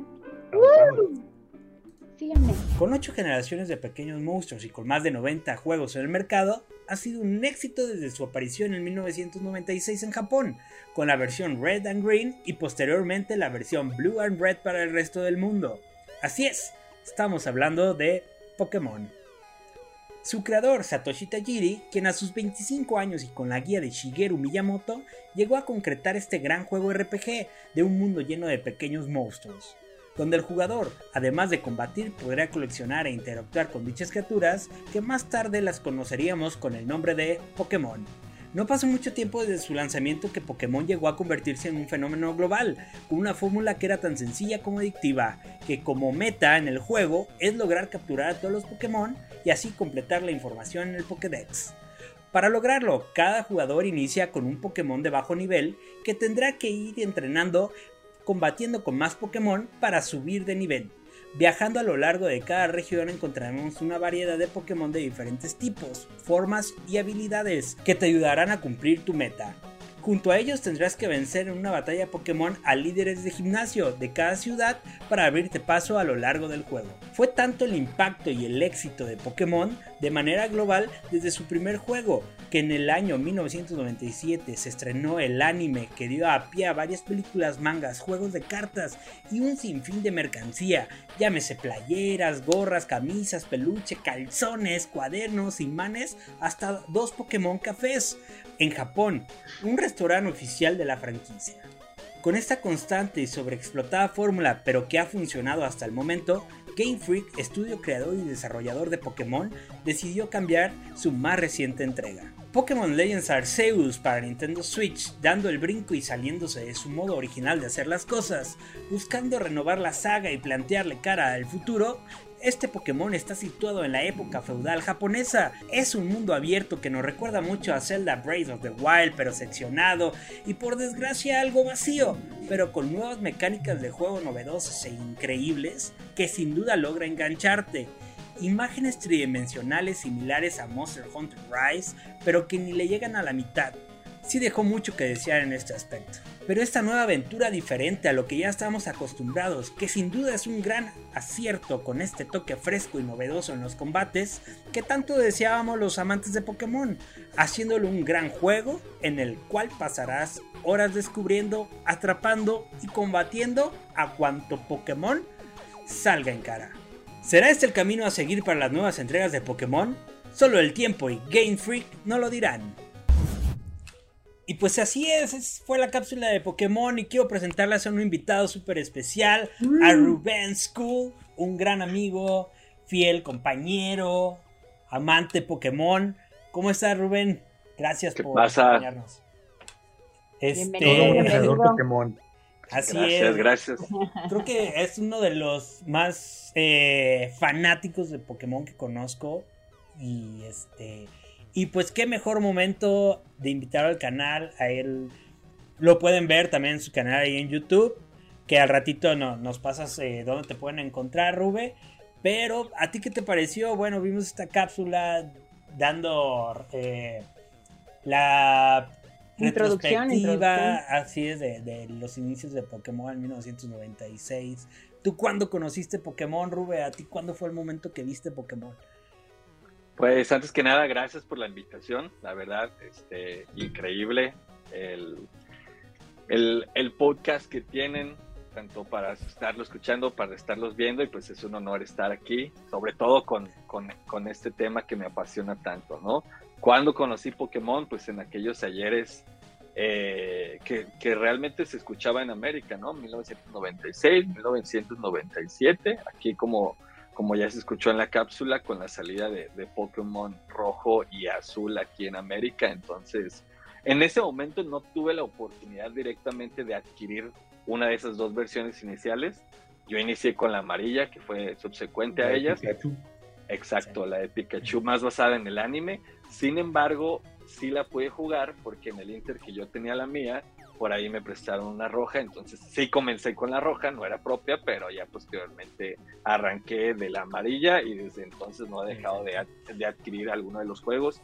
Síganme. Con 8 generaciones de pequeños monstruos y con más de 90 juegos en el mercado, ha sido un éxito desde su aparición en 1996 en Japón, con la versión Red and Green y posteriormente la versión Blue and Red para el resto del mundo. Así es, estamos hablando de Pokémon. Su creador, Satoshi Tajiri, quien a sus 25 años y con la guía de Shigeru Miyamoto, llegó a concretar este gran juego RPG de un mundo lleno de pequeños monstruos, donde el jugador, además de combatir, podrá coleccionar e interactuar con dichas criaturas que más tarde las conoceríamos con el nombre de Pokémon. No pasó mucho tiempo desde su lanzamiento que Pokémon llegó a convertirse en un fenómeno global, con una fórmula que era tan sencilla como adictiva, que como meta en el juego es lograr capturar a todos los Pokémon y así completar la información en el Pokédex. Para lograrlo, cada jugador inicia con un Pokémon de bajo nivel que tendrá que ir entrenando combatiendo con más Pokémon para subir de nivel. Viajando a lo largo de cada región encontraremos una variedad de Pokémon de diferentes tipos, formas y habilidades que te ayudarán a cumplir tu meta. Junto a ellos tendrás que vencer en una batalla Pokémon a líderes de gimnasio de cada ciudad para abrirte paso a lo largo del juego. Fue tanto el impacto y el éxito de Pokémon de manera global desde su primer juego, que en el año 1997 se estrenó el anime que dio a pie a varias películas, mangas, juegos de cartas y un sinfín de mercancía, llámese playeras, gorras, camisas, peluche, calzones, cuadernos, imanes, hasta 2 Pokémon cafés. En Japón, un restaurante oficial de la franquicia. Con esta constante y sobreexplotada fórmula, pero que ha funcionado hasta el momento, Game Freak, estudio creador y desarrollador de Pokémon, decidió cambiar su más reciente entrega. Pokémon Legends Arceus para Nintendo Switch, dando el brinco y saliéndose de su modo original de hacer las cosas, buscando renovar la saga y plantearle cara al futuro. Este Pokémon está situado en la época feudal japonesa. Es un mundo abierto que nos recuerda mucho a Zelda Breath of the Wild, pero seccionado y por desgracia algo vacío, pero con nuevas mecánicas de juego novedosas e increíbles que sin duda logra engancharte. Imágenes tridimensionales similares a Monster Hunter Rise, pero que ni le llegan a la mitad. Sí dejó mucho que desear en este aspecto. Pero esta nueva aventura diferente a lo que ya estamos acostumbrados, que sin duda es un gran acierto con este toque fresco y novedoso en los combates, que tanto deseábamos los amantes de Pokémon, haciéndolo un gran juego en el cual pasarás horas descubriendo, atrapando y combatiendo a cuanto Pokémon salga en cara. ¿Será este el camino a seguir para las nuevas entregas de Pokémon? Solo el tiempo y Game Freak no lo dirán. Y pues así es, fue la cápsula de Pokémon y quiero presentarles a un invitado súper especial, a Rubén School, un gran amigo, fiel compañero, amante Pokémon. ¿Cómo estás, Rubén? Gracias por acompañarnos. Bienvenido. Pokémon. Así Gracias. Creo que es uno de los más fanáticos de Pokémon que conozco y pues qué mejor momento de invitarlo al canal. A él lo pueden ver también en su canal ahí en YouTube, que al ratito nos pasas dónde te pueden encontrar, Rube. Pero ¿a ti qué te pareció? Bueno, vimos esta cápsula dando la retrospectiva, así es, de los inicios de Pokémon en 1996. ¿Tú cuándo conociste Pokémon, Rube? ¿A ti cuándo fue el momento que viste Pokémon? Pues antes que nada, gracias por la invitación, la verdad, increíble el podcast que tienen, tanto para estarlo escuchando, para estarlos viendo, y pues es un honor estar aquí, sobre todo con este tema que me apasiona tanto, ¿no? Cuando conocí Pokémon, pues en aquellos ayeres que realmente se escuchaba en América, ¿no? 1996, 1997, aquí como ya se escuchó en la cápsula, con la salida de Pokémon rojo y azul aquí en América. Entonces, en ese momento no tuve la oportunidad directamente de adquirir una de esas dos versiones iniciales. Yo inicié con la amarilla, que fue subsecuente a ellas. Pikachu. Exacto, la de Pikachu, más basada en el anime. Sin embargo, sí la pude jugar porque en el Inter que yo tenía la mía, por ahí me prestaron una roja, entonces sí comencé con la roja, no era propia, pero ya posteriormente arranqué de la amarilla y desde entonces no he dejado de adquirir alguno de los juegos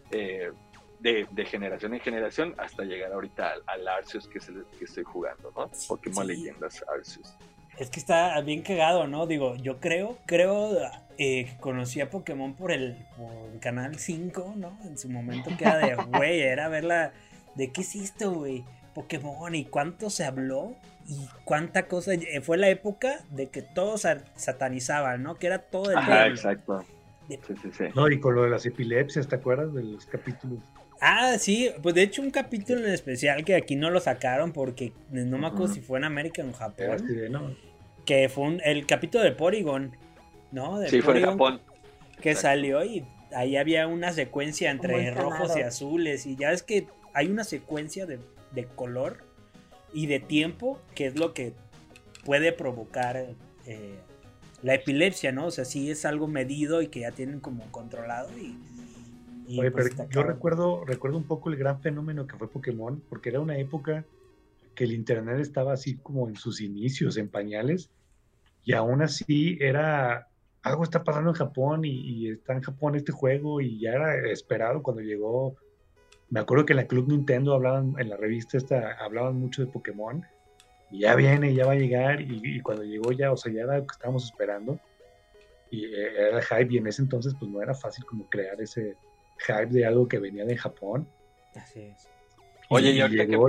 de generación en generación hasta llegar ahorita al Arceus que estoy jugando, ¿no? Pokémon Leyendas Arceus. Es que está bien cagado, ¿no? Digo, yo creo que conocí a Pokémon por Canal 5, ¿no? En su momento que era de, güey, era verla, ¿de qué hiciste, güey? Pokémon, y cuánto se habló y cuánta cosa. Fue la época de que todos satanizaban, ¿no? Que era todo el Ajá, exacto. Sí. No, y con lo de las epilepsias, ¿te acuerdas de los capítulos? Ah, sí, pues de hecho un capítulo en especial que aquí no lo sacaron porque no me acuerdo si fue en América o en Japón. Que fue el capítulo de Porygon, ¿no? Sí, fue en Japón. Que exacto. Salió y ahí había una secuencia entre rojos y azules, y ya ves que hay una secuencia de color y de tiempo que es lo que puede provocar la epilepsia, ¿no? O sea, sí es algo medido y que ya tienen como controlado Oye, pues pero yo recuerdo un poco el gran fenómeno que fue Pokémon, porque era una época que el internet estaba así como en sus inicios, en pañales, y aún así era algo está pasando en Japón y está en Japón este juego, y ya era esperado cuando llegó Me acuerdo que en la Club Nintendo en la revista hablaban mucho de Pokémon, y ya viene, ya va a llegar, y cuando llegó ya, o sea, ya era lo que estábamos esperando, y era el hype, y en ese entonces pues no era fácil como crear ese hype de algo que venía de Japón. Así es. Oye, y ahorita llegó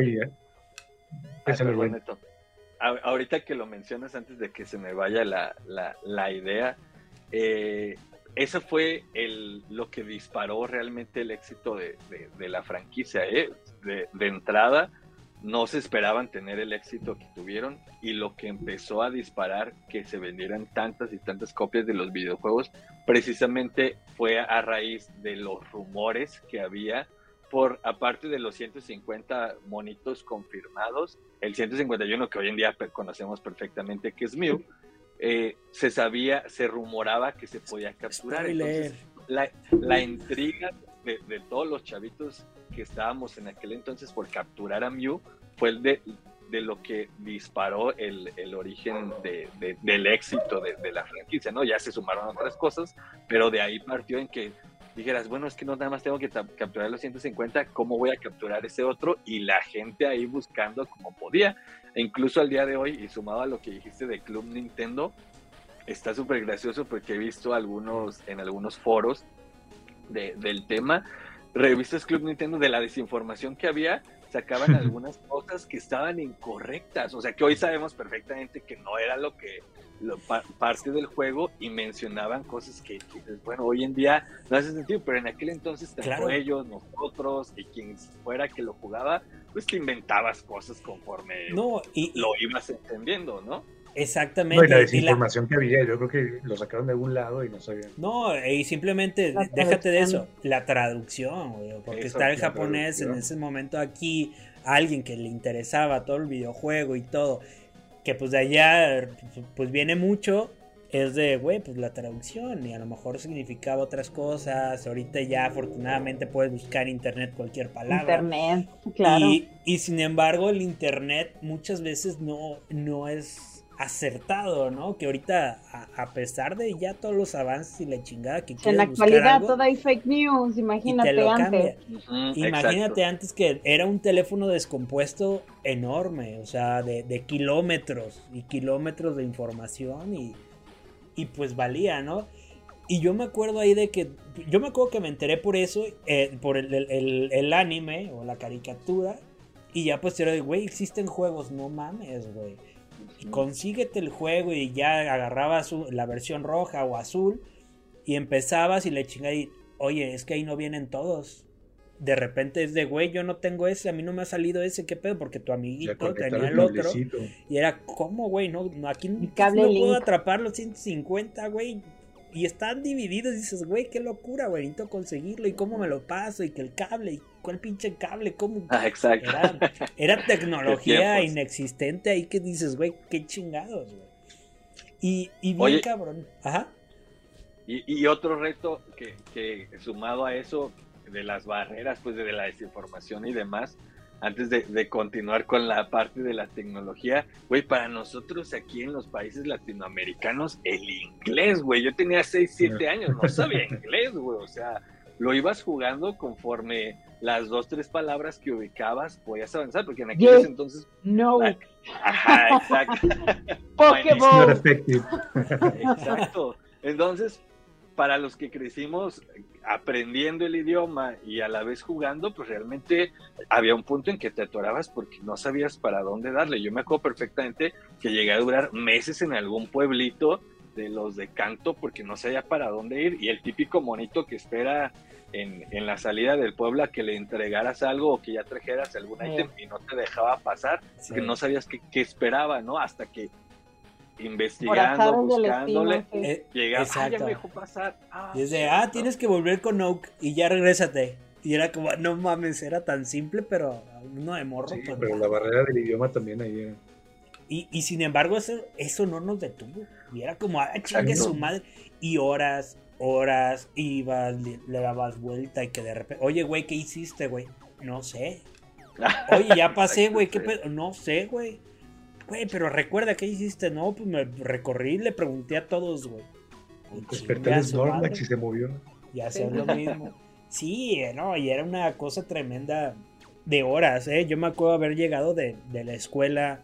ahorita que lo mencionas, antes de que se me vaya la idea, eso fue lo que disparó realmente el éxito de la franquicia. De entrada, no se esperaban tener el éxito que tuvieron, y lo que empezó a disparar que se vendieran tantas y tantas copias de los videojuegos precisamente fue a raíz de los rumores que había, aparte de los 150 monitos confirmados, el 151 que hoy en día conocemos perfectamente que es Mew, se rumoraba que se podía capturar. Entonces, la intriga de todos los chavitos que estábamos en aquel entonces por capturar a Mew fue de lo que disparó el origen del éxito de la franquicia, ¿no? Ya se sumaron otras cosas, pero de ahí partió en que dijeras, bueno, es que no nada más tengo que capturar los 150, ¿cómo voy a capturar ese otro? Y la gente ahí buscando como podía. E incluso al día de hoy, y sumado a lo que dijiste de Club Nintendo, está súper gracioso porque he visto en algunos foros del tema, revistas Club Nintendo, de la desinformación que había, sacaban algunas cosas que estaban incorrectas, o sea que hoy sabemos perfectamente que no era parte del juego, y mencionaban cosas que bueno, hoy en día no hace sentido, pero en aquel entonces tanto ellos, nosotros y quien fuera que lo jugaba, pues te inventabas cosas conforme lo ibas entendiendo, ¿no? Exactamente. No, y la desinformación que había, yo creo que lo sacaron de algún lado y no sabían. No, y simplemente, déjate de eso, la traducción, güey, porque está el japonés en ese momento aquí, alguien que le interesaba todo el videojuego y todo, que pues de allá, pues viene mucho, es de, güey, pues la traducción, y a lo mejor significaba otras cosas. Ahorita ya afortunadamente puedes buscar en internet cualquier palabra. Internet, claro. Y sin embargo el internet muchas veces no es acertado, ¿no? Que ahorita, a pesar de ya todos los avances y la chingada que en la actualidad todo hay fake news, imagínate antes. Imagínate antes, que era un teléfono descompuesto enorme, o sea, de kilómetros y kilómetros de información, y pues valía, ¿no? Y yo me acuerdo ahí que me enteré por eso, por el anime o la caricatura, y ya pues era de, güey, existen juegos, no mames, güey. Consíguete el juego, y ya agarrabas la versión roja o azul y empezabas y le chingaba, y oye, es que ahí no vienen todos. De repente es de, güey, yo no tengo ese, a mí no me ha salido ese, ¿qué pedo? Porque tu amiguito tenía el otro. Y era, ¿cómo, güey? No, aquí no puedo atrapar los 150, güey. Y están divididos, y dices, güey, qué locura, güey, necesito conseguirlo, y cómo me lo paso, y que el cable, y cuál pinche cable, cómo. Exacto. Era tecnología inexistente ahí, que dices, güey, qué chingados, güey. Y bien, oye, cabrón. Ajá. Y otro reto que sumado a eso, de las barreras, pues de la desinformación y demás, antes de continuar con la parte de la tecnología, güey, para nosotros aquí en los países latinoamericanos, el inglés, güey, yo tenía 6, 7 años, no sabía inglés, güey, o sea, lo ibas jugando conforme las 2, 3 palabras que ubicabas podías avanzar, porque en aquellos entonces... No. Ajá, exacto. Pokémon. Exacto. Entonces, para los que crecimos aprendiendo el idioma y a la vez jugando, pues realmente había un punto en que te atorabas porque no sabías para dónde darle. Yo me acuerdo perfectamente que llegué a durar meses en algún pueblito de los de Canto porque no sabía para dónde ir, y el típico monito que espera en la salida del pueblo a que le entregaras algo o que ya trajeras algún ítem y no te dejaba pasar, porque no sabías qué esperaba, ¿no? Hasta que investigando, buscándole, llegaba, ya me dejó pasar. Desde, tienes que volver con Oak y ya regrésate. Y era como, no mames, era tan simple, pero uno de morro. Sí, pues, pero la barrera del idioma también ahí era. Y sin embargo, eso no nos detuvo. Y era como, chingue su madre. Y horas, ibas, le dabas vuelta, y que de repente, oye, güey, ¿qué hiciste, güey? No sé. Oye, ya pasé, güey, ¿qué pedo? No sé, güey. Güey, pero recuerda, ¿qué hiciste? No, pues me recorrí y le pregunté a todos, güey. Desperté el Snorlax y se movió. Ya sea lo mismo. Sí, no, y era una cosa tremenda de horas, ¿eh? Yo me acuerdo haber llegado de la escuela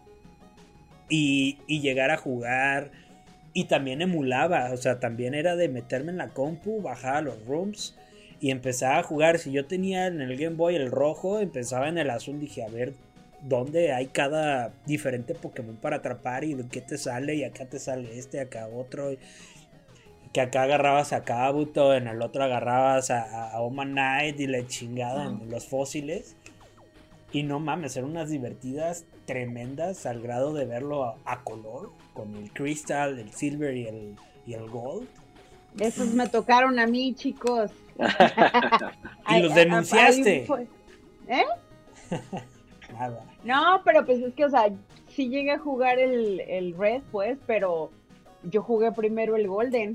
y llegar a jugar, y también emulaba, o sea, también era de meterme en la compu, bajaba los rooms y empezaba a jugar. Si yo tenía en el Game Boy el rojo, empezaba en el azul, dije, a ver dónde hay cada diferente Pokémon para atrapar y de qué te sale, y acá te sale este, acá otro, que acá agarrabas a Kabuto, en el otro agarrabas a Oman Knight y la chingada en los fósiles. Y no mames, eran unas divertidas tremendas al grado de verlo a color, con el Crystal, el Silver y el Gold. Esos me tocaron a mí, chicos. Y los denunciaste. ¿Eh? Nada. No, pero pues es que, o sea, sí llegué a jugar el Red, pues, pero yo jugué primero el Golden.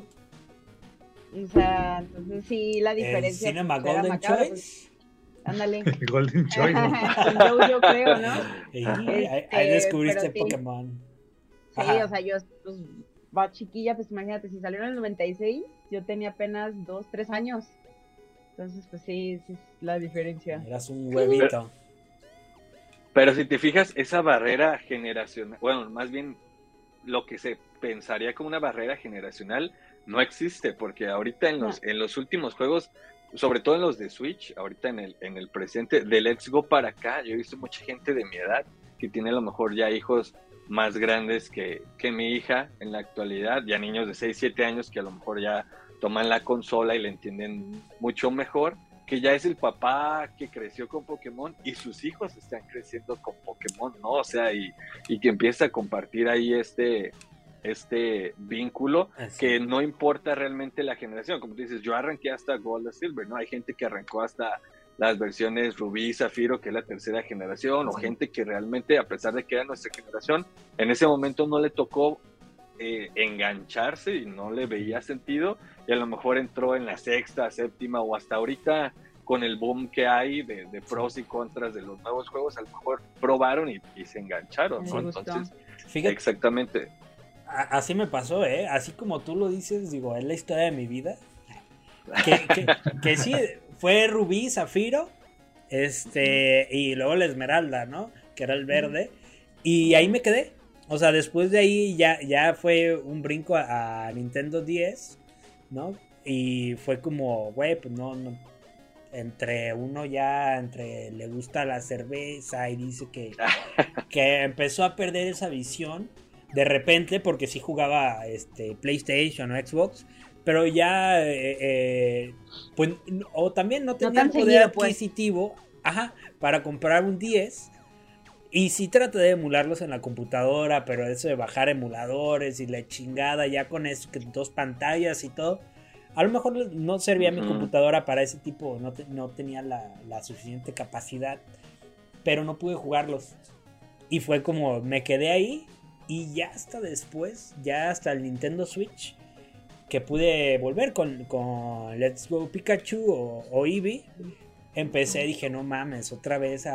O sea, entonces sí, la diferencia. ¿El Cinema pues, Golden Choice? Pues, ándale. El Golden Choice. Yo creo, ¿no? Ahí descubriste sí. Pokémon. Sí, Ajá. o sea, yo, pues, va chiquilla, pues imagínate, si salió en el 96, yo tenía apenas 2, 3 años. Entonces, pues sí es la diferencia. Eras un huevito. Pero si te fijas, esa barrera generacional, bueno, más bien lo que se pensaría como una barrera generacional no existe, porque ahorita en los últimos juegos, sobre todo en los de Switch, ahorita en el presente, de Let's Go para acá, yo he visto mucha gente de mi edad que tiene a lo mejor ya hijos más grandes que mi hija en la actualidad, ya niños de 6, 7 años que a lo mejor ya toman la consola y la entienden mucho mejor, que ya es el papá que creció con Pokémon y sus hijos están creciendo con Pokémon, ¿no? O sea, y que empieza a compartir ahí este vínculo. Así. Que no importa realmente la generación, como tú dices, yo arranqué hasta Gold o Silver, ¿no? Hay gente que arrancó hasta las versiones Rubí, Zafiro, que es la tercera generación, sí. O gente que realmente, a pesar de que era nuestra generación, en ese momento no le tocó engancharse y no le veía sentido, y a lo mejor entró en la sexta, séptima o hasta ahorita con el boom que hay de pros y contras de los nuevos juegos, a lo mejor probaron y se engancharon, ¿no? Entonces, fíjate, exactamente. Así me pasó, así como tú lo dices, digo, es la historia de mi vida, que sí, fue Rubí, Zafiro, y luego la Esmeralda, ¿no? Que era el verde, y ahí me quedé. O sea, después de ahí ya fue un brinco a Nintendo 10, ¿no? Y fue como, güey, pues no, entre le gusta la cerveza y dice que empezó a perder esa visión de repente, porque sí jugaba PlayStation o Xbox, pero ya pues, o también no tenía el poder adquisitivo, para comprar un 10. Y sí traté de emularlos en la computadora, pero eso de bajar emuladores y la chingada, ya con eso, que 2 pantallas y todo, a lo mejor no servía mi computadora para ese tipo, no tenía la suficiente capacidad, pero no pude jugarlos. Y fue como, me quedé ahí, y ya hasta después, ya hasta el Nintendo Switch, que pude volver con Let's Go Pikachu o Eevee, empecé, dije, no mames, otra vez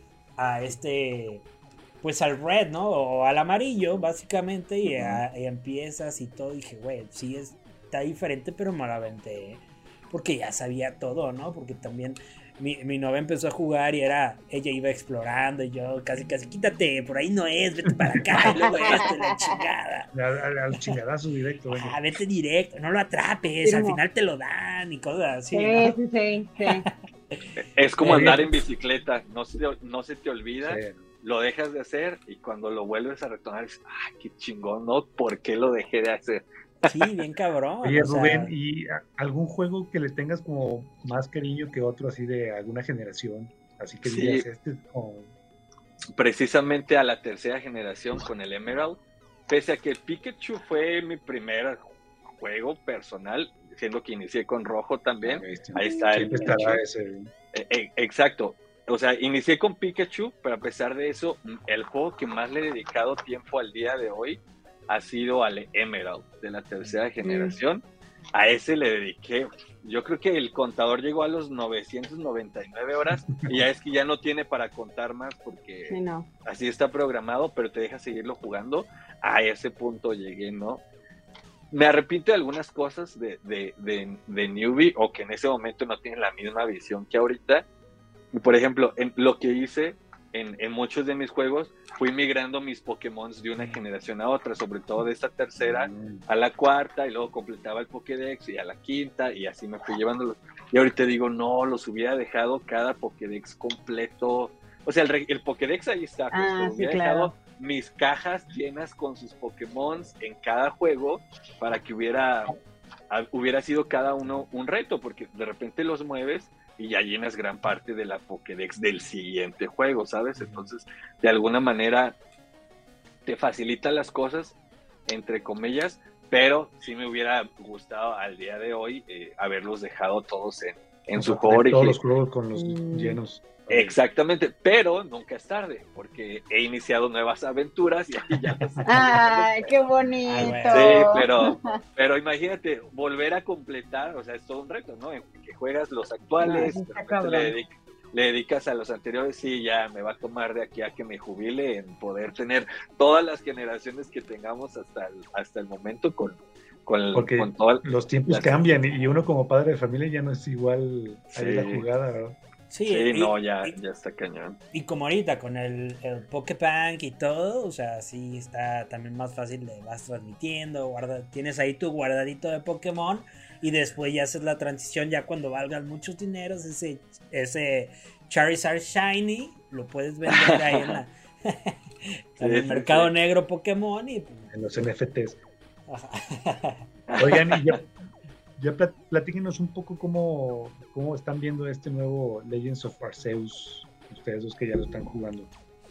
pues al red, ¿no? O al amarillo, básicamente, y empiezas y todo. Dije, güey, sí está diferente, pero me la aventé, porque ya sabía todo, ¿no? Porque también mi novia empezó a jugar y ella iba explorando, y yo casi, quítate, por ahí no es, vete para acá, y luego la chingada. Al chingadazo directo. Vete directo, no lo atrapes, al final te lo dan y cosas así, sí. Es como andar en bicicleta, no se te olvida, lo dejas de hacer y cuando lo vuelves a retomar dices, ¡ay, qué chingón! ¿No? ¿Por qué lo dejé de hacer? Sí, bien cabrón. Oye, Rubén, ¿y algún juego que le tengas como más cariño que otro, así de alguna generación? Así que digas, Precisamente a la tercera generación con el Emerald, pese a que Pikachu fue mi primer juego personal, siendo que inicié con rojo también, ahí está el Pikachu. Exacto, o sea, inicié con Pikachu, pero a pesar de eso, el juego que más le he dedicado tiempo al día de hoy ha sido al Emerald de la tercera generación. A ese le dediqué, yo creo que el contador llegó a los 999 horas y ya es que ya no tiene para contar más porque así está programado, pero te deja seguirlo jugando. A ese punto llegué, ¿no? me arrepiento de algunas cosas de Newbie, o que en ese momento no tienen la misma visión que ahorita. Por ejemplo, en lo que hice en muchos de mis juegos, fui migrando mis Pokémon de una generación a otra, sobre todo de esta tercera a la cuarta, y luego completaba el Pokédex y a la quinta, y así me fui llevándolos. Y ahorita digo, no, los hubiera dejado cada Pokédex completo. O sea, el Pokédex ahí está, pues, pero hubiera dejado mis cajas llenas con sus Pokémon en cada juego, para que hubiera sido cada uno un reto, porque de repente los mueves y ya llenas gran parte de la Pokédex del siguiente juego, ¿sabes? Entonces, de alguna manera, te facilita las cosas, entre comillas, pero sí me hubiera gustado al día de hoy haberlos dejado todos en su juego original. Todos los juegos con los llenos. Exactamente, pero nunca es tarde, porque he iniciado nuevas aventuras y aquí ya los... ¡Ay, qué bonito! Sí, pero imagínate, volver a completar, o sea, es todo un reto, ¿no? Que juegas los actuales, le dedicas a los anteriores, sí, ya me va a tomar de aquí a que me jubile en poder tener todas las generaciones que tengamos hasta el momento con todas los tiempos cambian, y uno como padre de familia ya no es igual ahí la jugada, ¿verdad? Sí, ya está cañón. Y como ahorita con el Pokébank y todo, o sea, sí está también más fácil, le vas transmitiendo, tienes ahí tu guardadito de Pokémon, y después ya haces la transición, ya cuando valgan muchos dineros, ese Charizard Shiny, lo puedes vender ahí en el mercado negro Pokémon y en los NFTs. Oigan, y ya platíquenos un poco cómo están viendo este nuevo Legends of Arceus, ustedes dos que ya lo están jugando.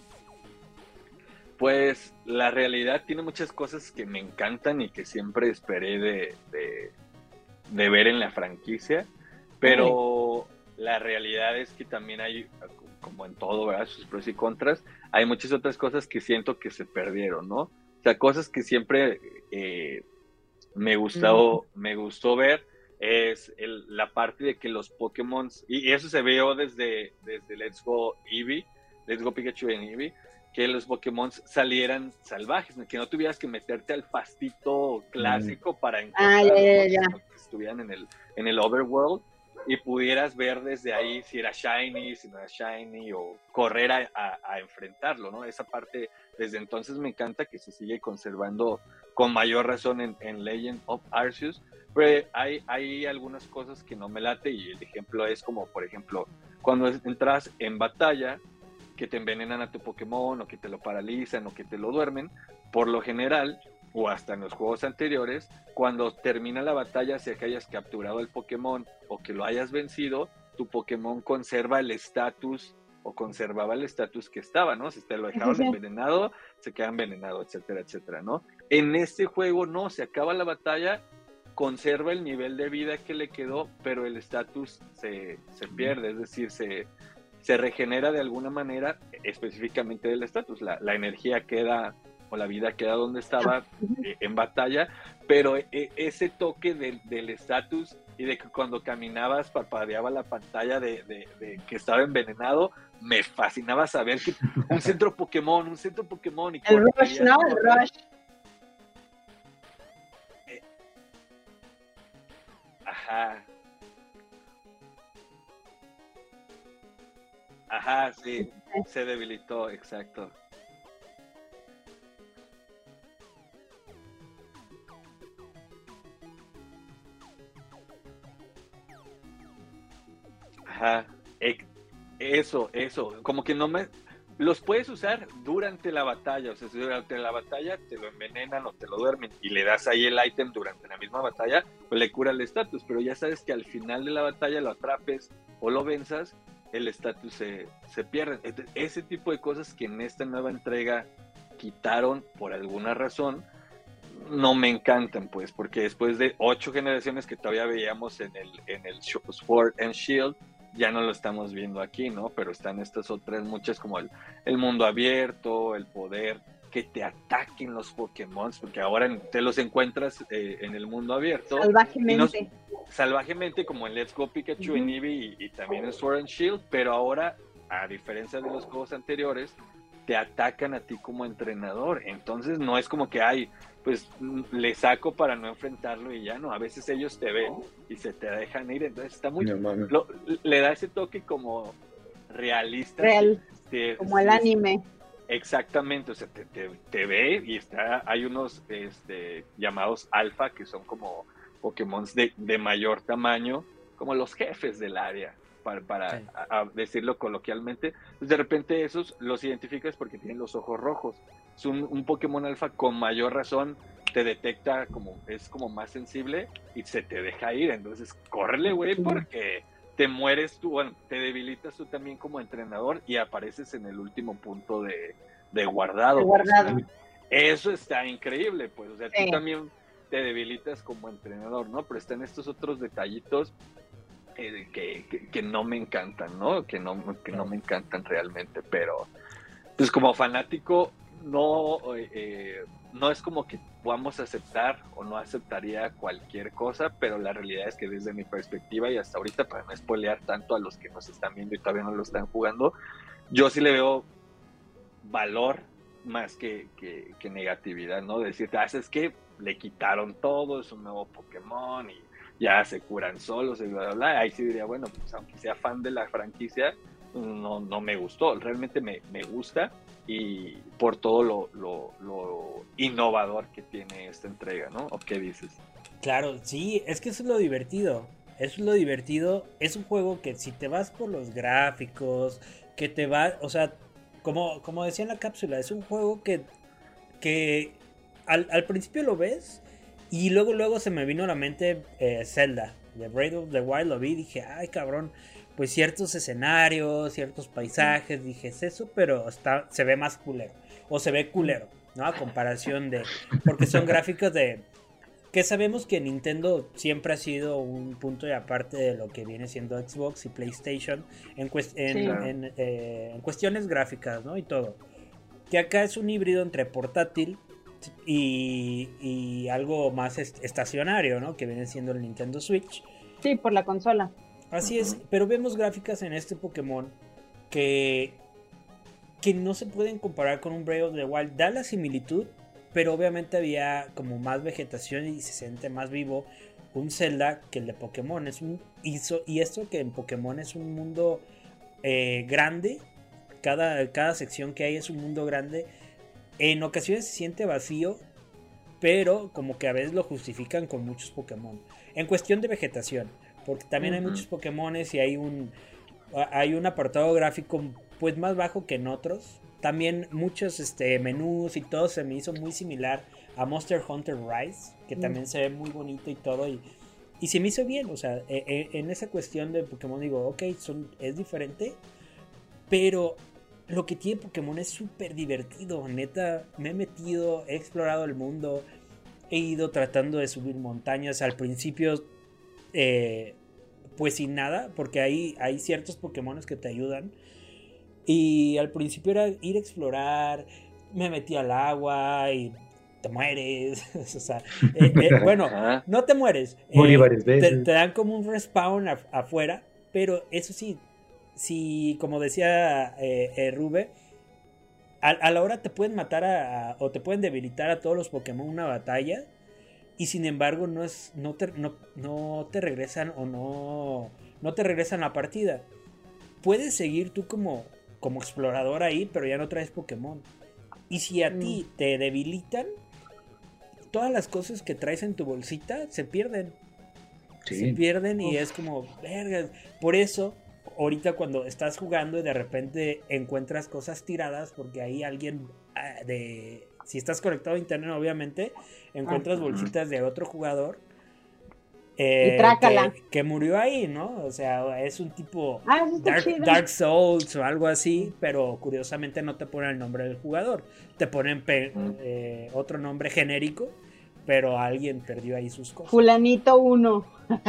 Pues la realidad tiene muchas cosas que me encantan y que siempre esperé de ver en la franquicia, pero la realidad es que también hay, como en todo, ¿verdad?, sus pros y contras. Hay muchas otras cosas que siento que se perdieron, ¿no? O sea, cosas que siempre me gustó ver es la parte de que los Pokémon, y eso se vio desde Let's Go Pikachu en Eevee, que los Pokémon salieran salvajes, que no tuvieras que meterte al pastito clásico para encontrarlos, que estuvieran en el overworld, y pudieras ver desde ahí si era shiny, si no era shiny, o correr a enfrentarlo, ¿no? Esa parte desde entonces me encanta, que se sigue conservando con mayor razón en Legend of Arceus, pero hay algunas cosas que no me late, y el ejemplo es como, por ejemplo, cuando entras en batalla, que te envenenan a tu Pokémon, o que te lo paralizan, o que te lo duermen. Por lo general, o hasta en los juegos anteriores, cuando termina la batalla, sea que hayas capturado el Pokémon o que lo hayas vencido, tu Pokémon conserva el estatus, o conservaba el estatus que estaba, ¿no? Si te lo dejaron envenenado, se queda envenenado, etcétera, etcétera, ¿no? En este juego no, se acaba la batalla, conserva el nivel de vida que le quedó, pero el estatus se pierde, es decir, se regenera de alguna manera, específicamente del estatus. La energía queda, o la vida queda donde estaba en batalla, pero ese toque del estatus, y de que cuando caminabas parpadeaba la pantalla de que estaba envenenado, me fascinaba saber que un centro Pokémon, y el Rush, ¿no? El Rush. Ajá, sí, se debilitó, exacto. Ajá, eso, como que no me... Los puedes usar durante la batalla, o sea, si durante la batalla te lo envenenan o te lo duermen y le das ahí el ítem durante la misma batalla, pues le cura el estatus, pero ya sabes que al final de la batalla lo atrapes o lo venzas, el estatus se pierde. Ese tipo de cosas que en esta nueva entrega quitaron por alguna razón, no me encantan, pues, porque después de 8 generaciones que todavía veíamos en el Sword and Shield, ya no lo estamos viendo aquí, ¿no? Pero están estas otras muchas, como el mundo abierto, el poder que te ataquen los Pokémon, porque ahora te los encuentras en el mundo abierto. Salvajemente. Salvajemente, como en Let's Go Pikachu, en Eevee y también en Sword and Shield, pero ahora, a diferencia de los juegos anteriores, te atacan a ti como entrenador. Entonces no es como que hay, pues le saco para no enfrentarlo y ya no. A veces ellos te ven y se te dejan ir. Entonces está muy... le da ese toque como realista. Real, como el anime. Exactamente, o sea, te ve y hay unos llamados alfa que son como Pokémon de mayor tamaño, como los jefes del área, para decirlo coloquialmente. Pues de repente esos los identificas porque tienen los ojos rojos. Es un Pokémon alfa con mayor razón, te detecta es como más sensible y se te deja ir. Entonces, córrele, güey, porque te mueres tú, bueno, te debilitas tú también como entrenador y apareces en el último punto de guardado. Pues, eso está increíble, pues, o sea, tú también te debilitas como entrenador, ¿no? Pero están estos otros detallitos que no me encantan, ¿no? Que no me encantan realmente, pero pues como fanático no es como que podamos aceptar o no aceptaría cualquier cosa, pero la realidad es que desde mi perspectiva y hasta ahorita, para no spoilear tanto a los que nos están viendo y todavía no lo están jugando, yo sí le veo valor más que negatividad, ¿no? Decirte, es que le quitaron todo, es un nuevo Pokémon y ya se curan solos y bla, bla, bla. Ahí sí diría, bueno, pues aunque sea fan de la franquicia, no me gustó. Realmente me gusta y por todo lo innovador que tiene esta entrega, ¿no? ¿O qué dices? Claro, sí, es que eso es lo divertido. Eso es lo divertido. Es un juego que si te vas por los gráficos, que te va, o sea, como decía en la cápsula, es un juego que al principio lo ves y luego se me vino a la mente Zelda, de Breath of the Wild. Lo vi y dije, ay cabrón, pues ciertos escenarios, ciertos paisajes, dije, es eso, pero se ve más culero, o se ve culero, ¿no? A comparación porque son gráficos que sabemos que Nintendo siempre ha sido un punto de aparte de lo que viene siendo Xbox y PlayStation en cuestiones gráficas, ¿no? Y todo. Que acá es un híbrido entre portátil y algo más estacionario, ¿no? Que viene siendo el Nintendo Switch. Sí, por la consola. Así es, pero vemos gráficas en este Pokémon que no se pueden comparar con un Breath of the Wild. Da la similitud, pero obviamente había como más vegetación y se siente más vivo un Zelda que el de Pokémon. Y esto que en Pokémon es un mundo grande, cada sección que hay es un mundo grande. En ocasiones se siente vacío, pero como que a veces lo justifican con muchos Pokémon. En cuestión de vegetación, porque también hay muchos Pokémones y hay un apartado gráfico pues más bajo que en otros. También muchos menús y todo se me hizo muy similar a Monster Hunter Rise, que también se ve muy bonito y todo, y se me hizo bien. O sea, en esa cuestión de Pokémon digo, ok, es diferente, pero lo que tiene Pokémon es súper divertido. Neta, me he metido, he explorado el mundo, he ido tratando de subir montañas. Al principio pues sin nada, porque hay ciertos Pokémones que te ayudan. Y al principio era ir a explorar, me metí al agua y te mueres. O sea, bueno, no te mueres. Morí varias veces. Te dan como un respawn afuera, pero eso sí, como decía Rube, a la hora te pueden matar o te pueden debilitar a todos los Pokémon en una batalla, y sin embargo no te regresan o no te regresan la partida. Puedes seguir tú como explorador ahí, pero ya no traes Pokémon. Y si a ti te debilitan, todas las cosas que traes en tu bolsita se pierden. Sí. Se pierden y es como, verga. Por eso, ahorita cuando estás jugando y de repente encuentras cosas tiradas, porque ahí alguien si estás conectado a internet, obviamente, encuentras bolsitas de otro jugador. Y trácala. Que murió ahí, ¿no? O sea, es un tipo Dark Souls o algo así, pero curiosamente no te ponen el nombre del jugador. Te ponen otro nombre genérico, pero alguien perdió ahí sus cosas. Fulanito 1.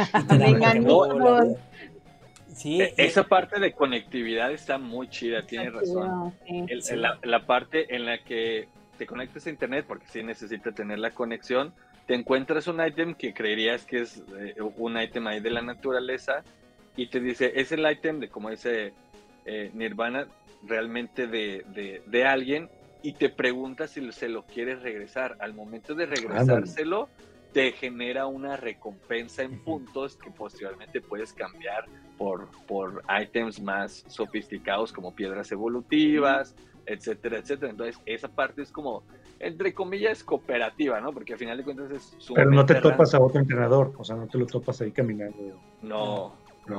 Sí, esa parte de conectividad está muy chida, tienes razón. Sí. La parte en la que te conectas a internet, porque sí necesita tener la conexión, te encuentras un ítem que creerías que es un ítem ahí de la naturaleza y te dice, es el ítem de, como dice Nirvana, realmente de alguien y te pregunta si se lo quieres regresar. Al momento de regresárselo, te genera una recompensa en puntos que posteriormente puedes cambiar por ítems más sofisticados como piedras evolutivas, etcétera, etcétera. Entonces, esa parte es como, entre comillas, cooperativa, ¿no? Porque al final de cuentas es sumamente Pero no te topas random. a otro entrenador, o sea, no te lo topas ahí caminando. No.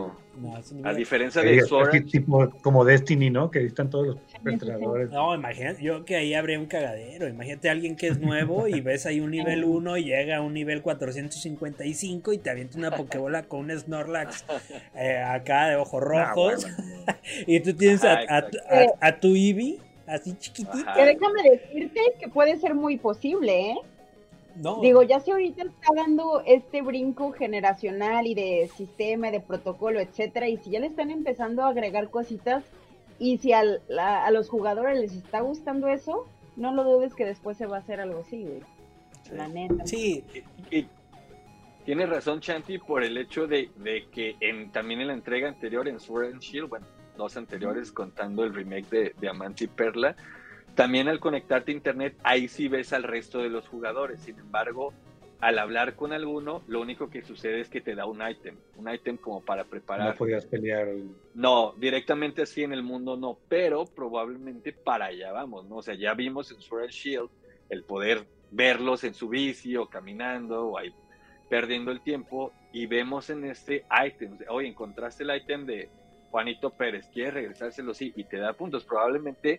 A A diferencia de Sword tipo como Destiny, ¿no? Que ahí están todos los entrenadores. No, imagínate, yo que ahí habría un cagadero. Imagínate a alguien que es nuevo y ves ahí un nivel 1 y llega a un nivel 455 y te avienta una Pokébola con un Snorlax acá de ojos rojos. Y tú tienes a tu Eevee así chiquitito. Que déjame decirte que puede ser muy posible, ¿eh? No. Digo, ya si ahorita está dando este brinco generacional y de sistema, de protocolo, etcétera, y si ya le están empezando a agregar cositas, y si a los jugadores les está gustando eso, no lo dudes que después se va a hacer algo así, güey. Sí. La neta. Sí. Y tienes razón, Chanti, por el hecho de que también en la entrega anterior, en Sword and Shield, bueno, 2 anteriores, contando el remake de Diamante y Perla, también al conectarte a internet, ahí sí ves al resto de los jugadores. Sin embargo, al hablar con alguno, lo único que sucede es que te da un ítem como para preparar. No podías pelear. No, directamente así en el mundo no, pero probablemente para allá vamos, ¿no? O sea, ya vimos en Sword and Shield el poder verlos en su bici o caminando o ahí perdiendo el tiempo, y vemos en este ítem, oye, encontraste el ítem de Juanito Pérez, ¿quieres regresárselo? Sí, y te da puntos. Probablemente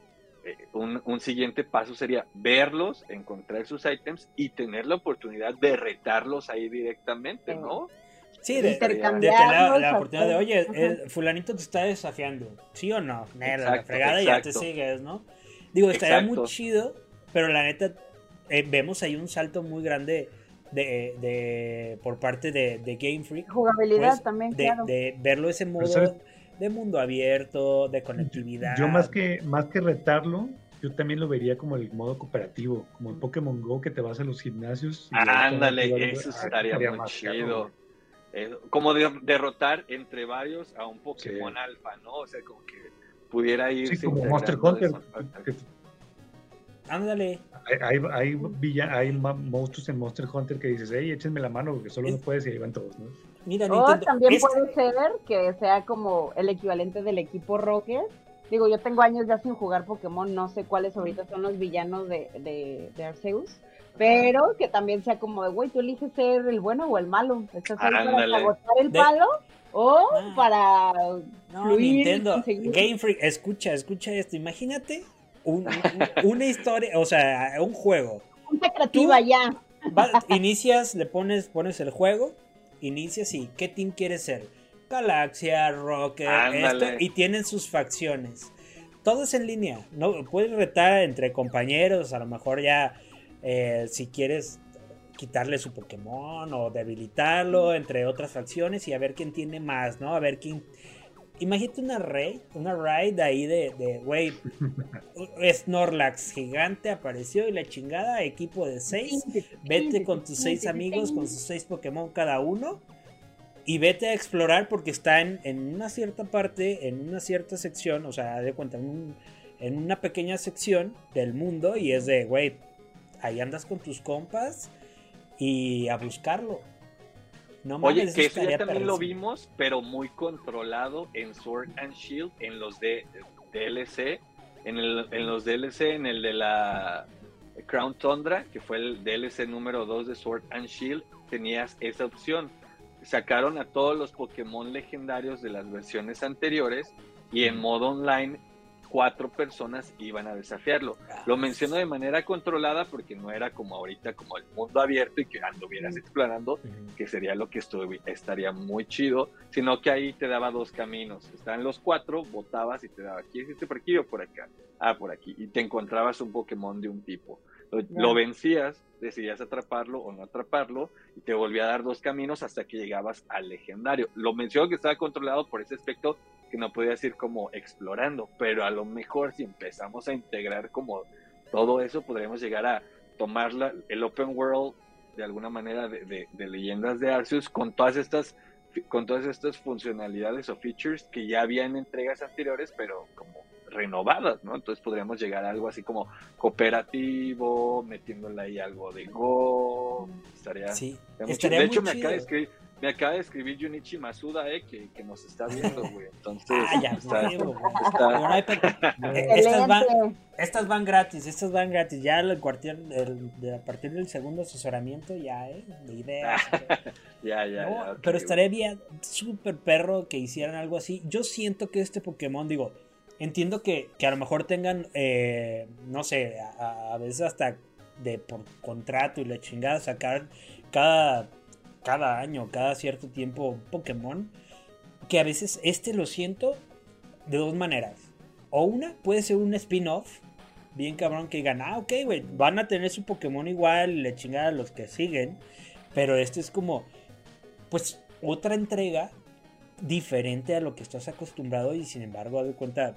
un siguiente paso sería verlos, encontrar sus ítems y tener la oportunidad de retarlos ahí directamente, ¿no? Sí, de la oportunidad de, oye, fulanito te está desafiando, ¿sí o no? La fregada y ya te sigues, ¿no? Digo, estaría muy chido, pero la neta, vemos ahí un salto muy grande por parte de Game Freak. Jugabilidad pues, también, claro. De verlo ese modo de mundo abierto, de conectividad. Yo más que retarlo, yo también lo vería como el modo cooperativo, como en Pokémon GO, que te vas a los gimnasios. Ándale, eso estaría muy chido. Como derrotar entre varios a un Pokémon alfa, ¿no? O sea, como que pudiera ir. Sí, como Monster Hunter. Ándale. Hay monstruos en Monster Hunter que dices, hey, échenme la mano porque solo no puedes y ahí van todos, ¿no? Mira, también puede ser que sea como el equivalente del equipo Rocket. Digo, yo tengo años ya sin jugar Pokémon, no sé cuáles ahorita son los villanos de Arceus, pero que también sea como de, güey, tú eliges ser el bueno o el malo. ¿Estás ahí para sabotear el palo o para fluir? Nintendo, Game Freak, escucha esto, imagínate una historia, o sea, un juego. Una creativa ya. Inicias, pones el juego, inicias y ¿qué team quieres ser? Galaxia, Rocket, esto, y tienen sus facciones. Todo es en línea, ¿no? Puedes retar entre compañeros, a lo mejor ya si quieres quitarle su Pokémon o debilitarlo entre otras facciones y a ver quién tiene más, ¿no? A ver quién. Imagínate una raid ahí de güey, Snorlax gigante apareció y la chingada, equipo de 6, vete con tus 6 amigos, con sus 6 Pokémon cada uno, y vete a explorar porque está en una cierta parte, en una cierta sección, o sea, de cuenta, en una pequeña sección del mundo, y es de, güey, ahí andas con tus compas y a buscarlo. No mames, oye, que eso ya también lo vimos, pero muy controlado en Sword and Shield, en los DLC, en los DLC, en el de la Crown Tundra, que fue el DLC número 2 de Sword and Shield, tenías esa opción. Sacaron a todos los Pokémon legendarios de las versiones anteriores y en modo online 4 personas iban a desafiarlo. Lo menciono de manera controlada porque no era como ahorita, como el mundo abierto y que anduvieras explorando, que sería lo que estaría muy chido, sino que ahí te daba 2 caminos. Estaban los 4, votabas y te daba, ¿quieres irte por aquí o por acá? Ah, por aquí. Y te encontrabas un Pokémon de un tipo. Lo vencías, decidías atraparlo o no atraparlo, y te volvía a dar 2 caminos hasta que llegabas al legendario. Lo menciono que estaba controlado por ese aspecto, que no podías ir como explorando, pero a lo mejor si empezamos a integrar como todo eso, podríamos llegar a tomar el open world de alguna manera de Leyendas de Arceus con todas estas funcionalidades o features que ya había en entregas anteriores, pero como renovadas, ¿no? Entonces podríamos llegar a algo así como cooperativo, metiéndole ahí algo de Go, estaría de hecho me acaba de escribir Junichi Masuda, que nos está viendo, güey. Entonces, estas van gratis, ya a partir del segundo asesoramiento ya, de ideas. ya, pero estaría bien, súper perro que hicieran algo así. Yo siento que este Pokémon, digo, entiendo que a lo mejor tengan, no sé, a veces hasta por contrato y la chingada sacar cada año, cada cierto tiempo Pokémon, que a veces lo siento de dos maneras. O una, puede ser un spin-off, bien cabrón, que digan, ok, güey, van a tener su Pokémon igual y la chingada a los que siguen, pero es como, pues, otra entrega diferente a lo que estás acostumbrado y sin embargo, haz de cuenta,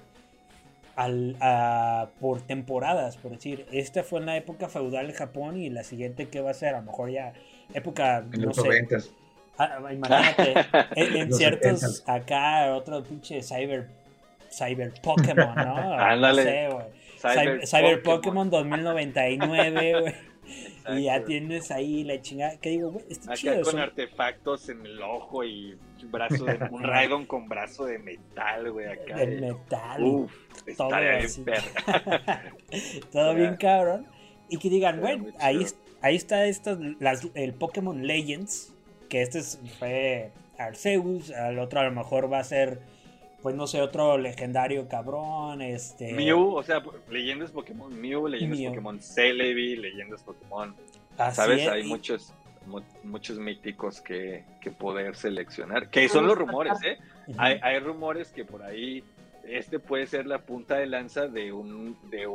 por temporadas, por decir, esta fue en la época feudal de Japón y la siguiente que va a ser, a lo mejor ya época, en no los sé, 90s. Imagínate, en ciertos 70s. Acá otro pinche cyber Pokémon, ¿no? Ándale. No sé, cyber Pokémon 2099, güey. Y ya tienes ahí la chingada. Que digo, güey, está acá chido. Con artefactos en el ojo y un Raidon con brazo de metal, güey. Acá. De metal. Uf, estaría bien perra. Todo bien cabrón. Y que digan, bueno, ahí está el Pokémon Legends. Que fue Arceus. Al otro a lo mejor va a ser, pues no sé, otro legendario cabrón. Mew, o sea, leyendas Pokémon Mew, leyendas Pokémon Celebi, leyendas Pokémon. Así ¿sabes? es, Hay muchos míticos que poder seleccionar. Que son los rumores, ¿eh? Uh-huh. Hay rumores que por ahí puede ser la punta de lanza de una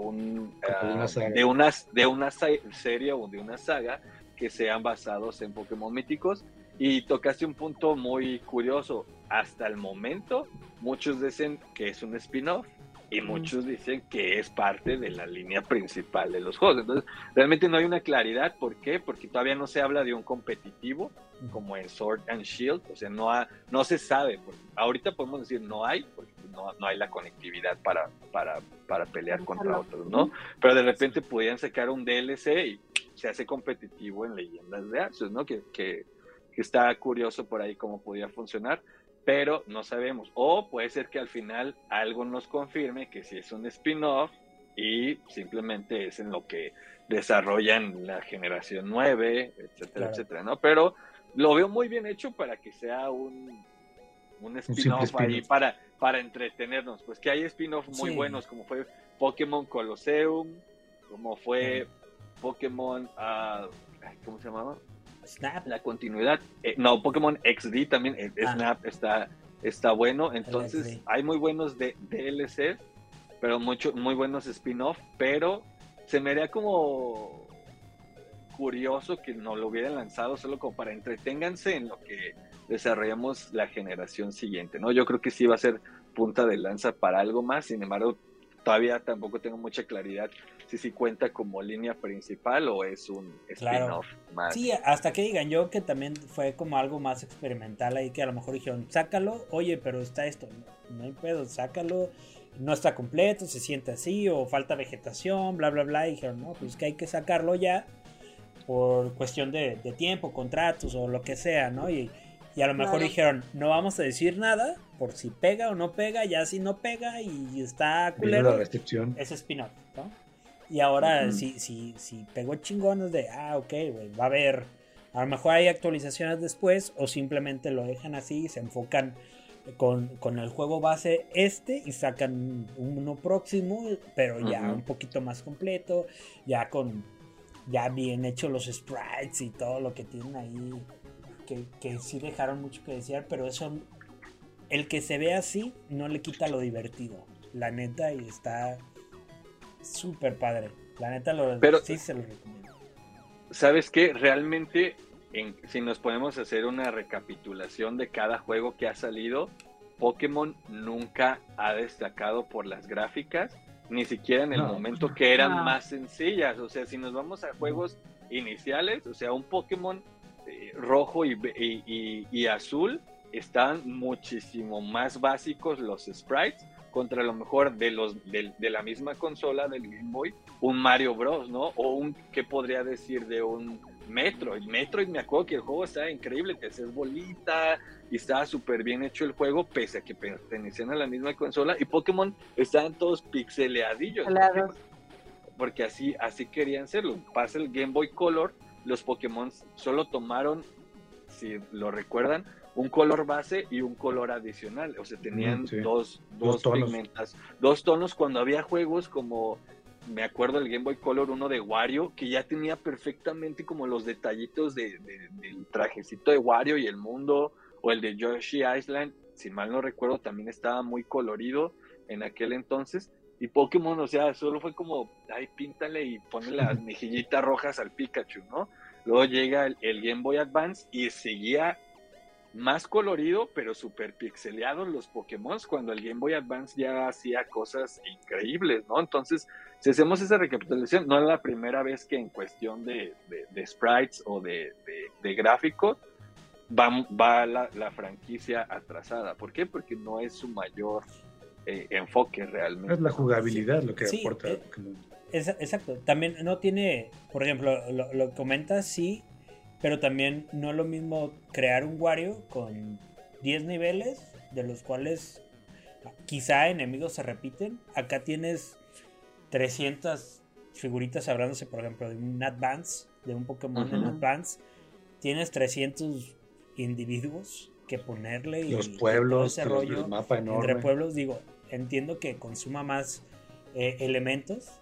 serie o de una saga que sean basados en Pokémon míticos. Y tocaste un punto muy curioso. Hasta el momento, muchos dicen que es un spin-off y muchos dicen que es parte de la línea principal de los juegos. Entonces, realmente no hay una claridad. ¿Por qué? Porque todavía no se habla de un competitivo como en Sword and Shield. O sea, no se sabe. Ahorita podemos decir no hay, porque no hay la conectividad para pelear contra otros, ¿no? Pero de repente podrían sacar un DLC y se hace competitivo en Leyendas de Arceus, ¿no? Que está curioso por ahí cómo podría funcionar, pero no sabemos. O puede ser que al final algo nos confirme que sí es un spin-off y simplemente es en lo que desarrollan la generación 9, etcétera, etcétera, ¿no? Pero lo veo muy bien hecho para que sea un spin-off ahí para entretenernos. Pues que hay spin-off muy buenos, como fue Pokémon Colosseum, como fue Pokémon... ¿cómo se llamaba? Snap. La continuidad. Pokémon XD también. Snap está bueno. Entonces, hay muy buenos DLC, pero muy buenos spin-off. Pero se me haría como curioso que no lo hubieran lanzado solo como para entreténganse en lo que desarrollamos la generación siguiente, ¿no? Yo creo que sí va a ser punta de lanza para algo más. Sin embargo, todavía tampoco tengo mucha claridad si cuenta como línea principal o es un spin-off más. Sí, hasta que digan, yo que también fue como algo más experimental ahí, que a lo mejor dijeron, sácalo, oye, pero está esto, no hay pedo, sácalo, no está completo, se siente así, o falta vegetación, bla, bla, bla, y dijeron, no, pues que hay que sacarlo ya, por cuestión de tiempo, contratos, o lo que sea, ¿no? Y a lo mejor dijeron, no vamos a decir nada, por si pega o no pega, ya si no pega y está culero, es spin-off, ¿no? Y ahora, si pegó chingones de, ok, güey, va a haber, a lo mejor hay actualizaciones después, o simplemente lo dejan así, se enfocan con el juego base y sacan uno próximo, pero ya un poquito más completo, ya bien hecho los sprites y todo lo que tienen ahí, que sí dejaron mucho que desear, pero eso, el que se ve así, no le quita lo divertido, la neta, y está... súper padre, la neta sí se lo recomiendo. ¿Sabes qué? Realmente, si nos podemos hacer una recapitulación de cada juego que ha salido, Pokémon nunca ha destacado por las gráficas, ni siquiera en el momento que eran más sencillas. O sea, si nos vamos a juegos iniciales, o sea, un Pokémon rojo y azul, están muchísimo más básicos los sprites. contra a lo mejor de la misma consola del Game Boy, un Mario Bros, ¿no? O ¿qué podría decir de un Metroid? Metroid, me acuerdo que el juego estaba increíble, te haces bolita y estaba súper bien hecho el juego, pese a que pertenecían a la misma consola, y Pokémon estaban todos pixeleadillos. Claro. Porque así querían serlo. Pasa el Game Boy Color, los Pokémon solo tomaron, si lo recuerdan, un color base y un color adicional, o sea, tenían dos pigmentas, dos tonos, cuando había juegos como, me acuerdo del Game Boy Color, uno de Wario, que ya tenía perfectamente como los detallitos del trajecito de Wario y el mundo, o el de Yoshi Island, si mal no recuerdo, también estaba muy colorido en aquel entonces, y Pokémon, o sea, solo fue como, ay, píntale y ponle las mejillitas rojas al Pikachu, ¿no? Luego llega el Game Boy Advance y seguía más colorido, pero súper pixeleados los Pokémon, cuando el Game Boy Advance ya hacía cosas increíbles, ¿no? Entonces, si hacemos esa recapitulación, no es la primera vez que en cuestión de sprites o de gráficos va la franquicia atrasada. ¿Por qué? Porque no es su mayor enfoque realmente. Es la jugabilidad lo que aporta. Exacto. También no tiene, por ejemplo, lo comentas, sí, pero también no es lo mismo crear un Wario con 10 niveles, de los cuales quizá enemigos se repiten. Acá tienes 300 figuritas hablándose, por ejemplo, de un Advance, de un Pokémon en Advance. Tienes 300 individuos que ponerle los pueblos, ese rollo el mapa enorme. Entre pueblos, digo, entiendo que consuma más elementos.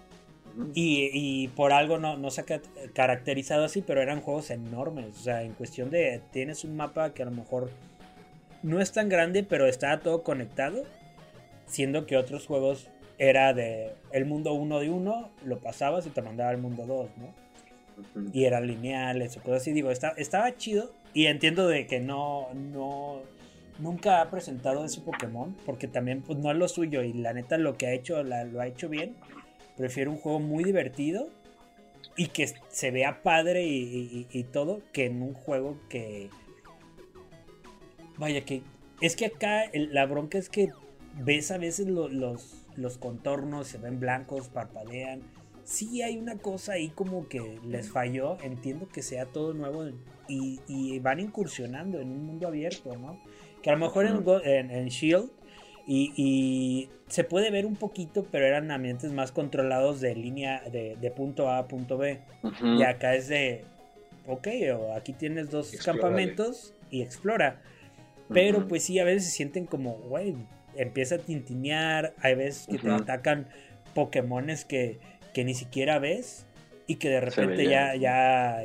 Y por algo no se ha caracterizado así, pero eran juegos enormes. O sea, en cuestión de tienes un mapa que a lo mejor no es tan grande, pero está todo conectado, siendo que otros juegos era de el mundo 1 de 1, lo pasabas y te mandaba al mundo 2, ¿no? Y eran lineales o cosas así. Digo, estaba chido, y entiendo de que nunca ha presentado ese Pokémon, porque también pues no es lo suyo, y la neta lo que ha hecho lo ha hecho bien. Prefiero un juego muy divertido y que se vea padre y todo, que en un juego que... Vaya, que... Es que acá la bronca es que ves a veces los contornos, se ven blancos, parpadean. Sí hay una cosa ahí como que les falló. Entiendo que sea todo nuevo y van incursionando en un mundo abierto, ¿no? Que a lo mejor en Shield... Y se puede ver un poquito, pero eran ambientes más controlados de línea de punto A a punto B. Y acá es de, ok, o aquí tienes 2 campamentos y explora. Pero pues sí, a veces se sienten como, güey, empieza a tintinear. Hay veces que te atacan Pokémones que ni siquiera ves, y que de repente ya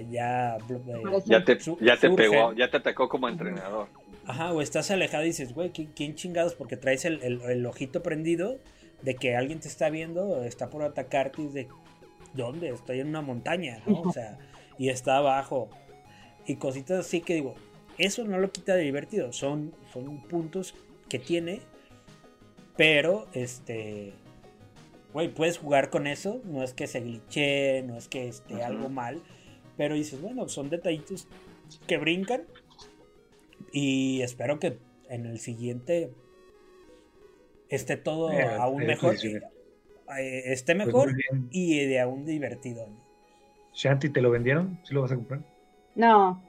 te pegó, ya te atacó como entrenador. Ajá, o estás alejado y dices, güey, ¿quién chingados? Porque traes el ojito prendido de que alguien te está viendo, está por atacarte, y de ¿dónde? Estoy en una montaña, ¿no? O sea, y está abajo. Y cositas así que digo, eso no lo quita de divertido. Son puntos que tiene, pero güey, puedes jugar con eso. No es que se glitche, no es que esté algo mal, pero dices, bueno, son detallitos que brincan. Y espero que en el siguiente esté todo aún mejor, esté mejor, pues y de aún divertido. Shanti, ¿te lo vendieron? ¿Sí lo vas a comprar? No.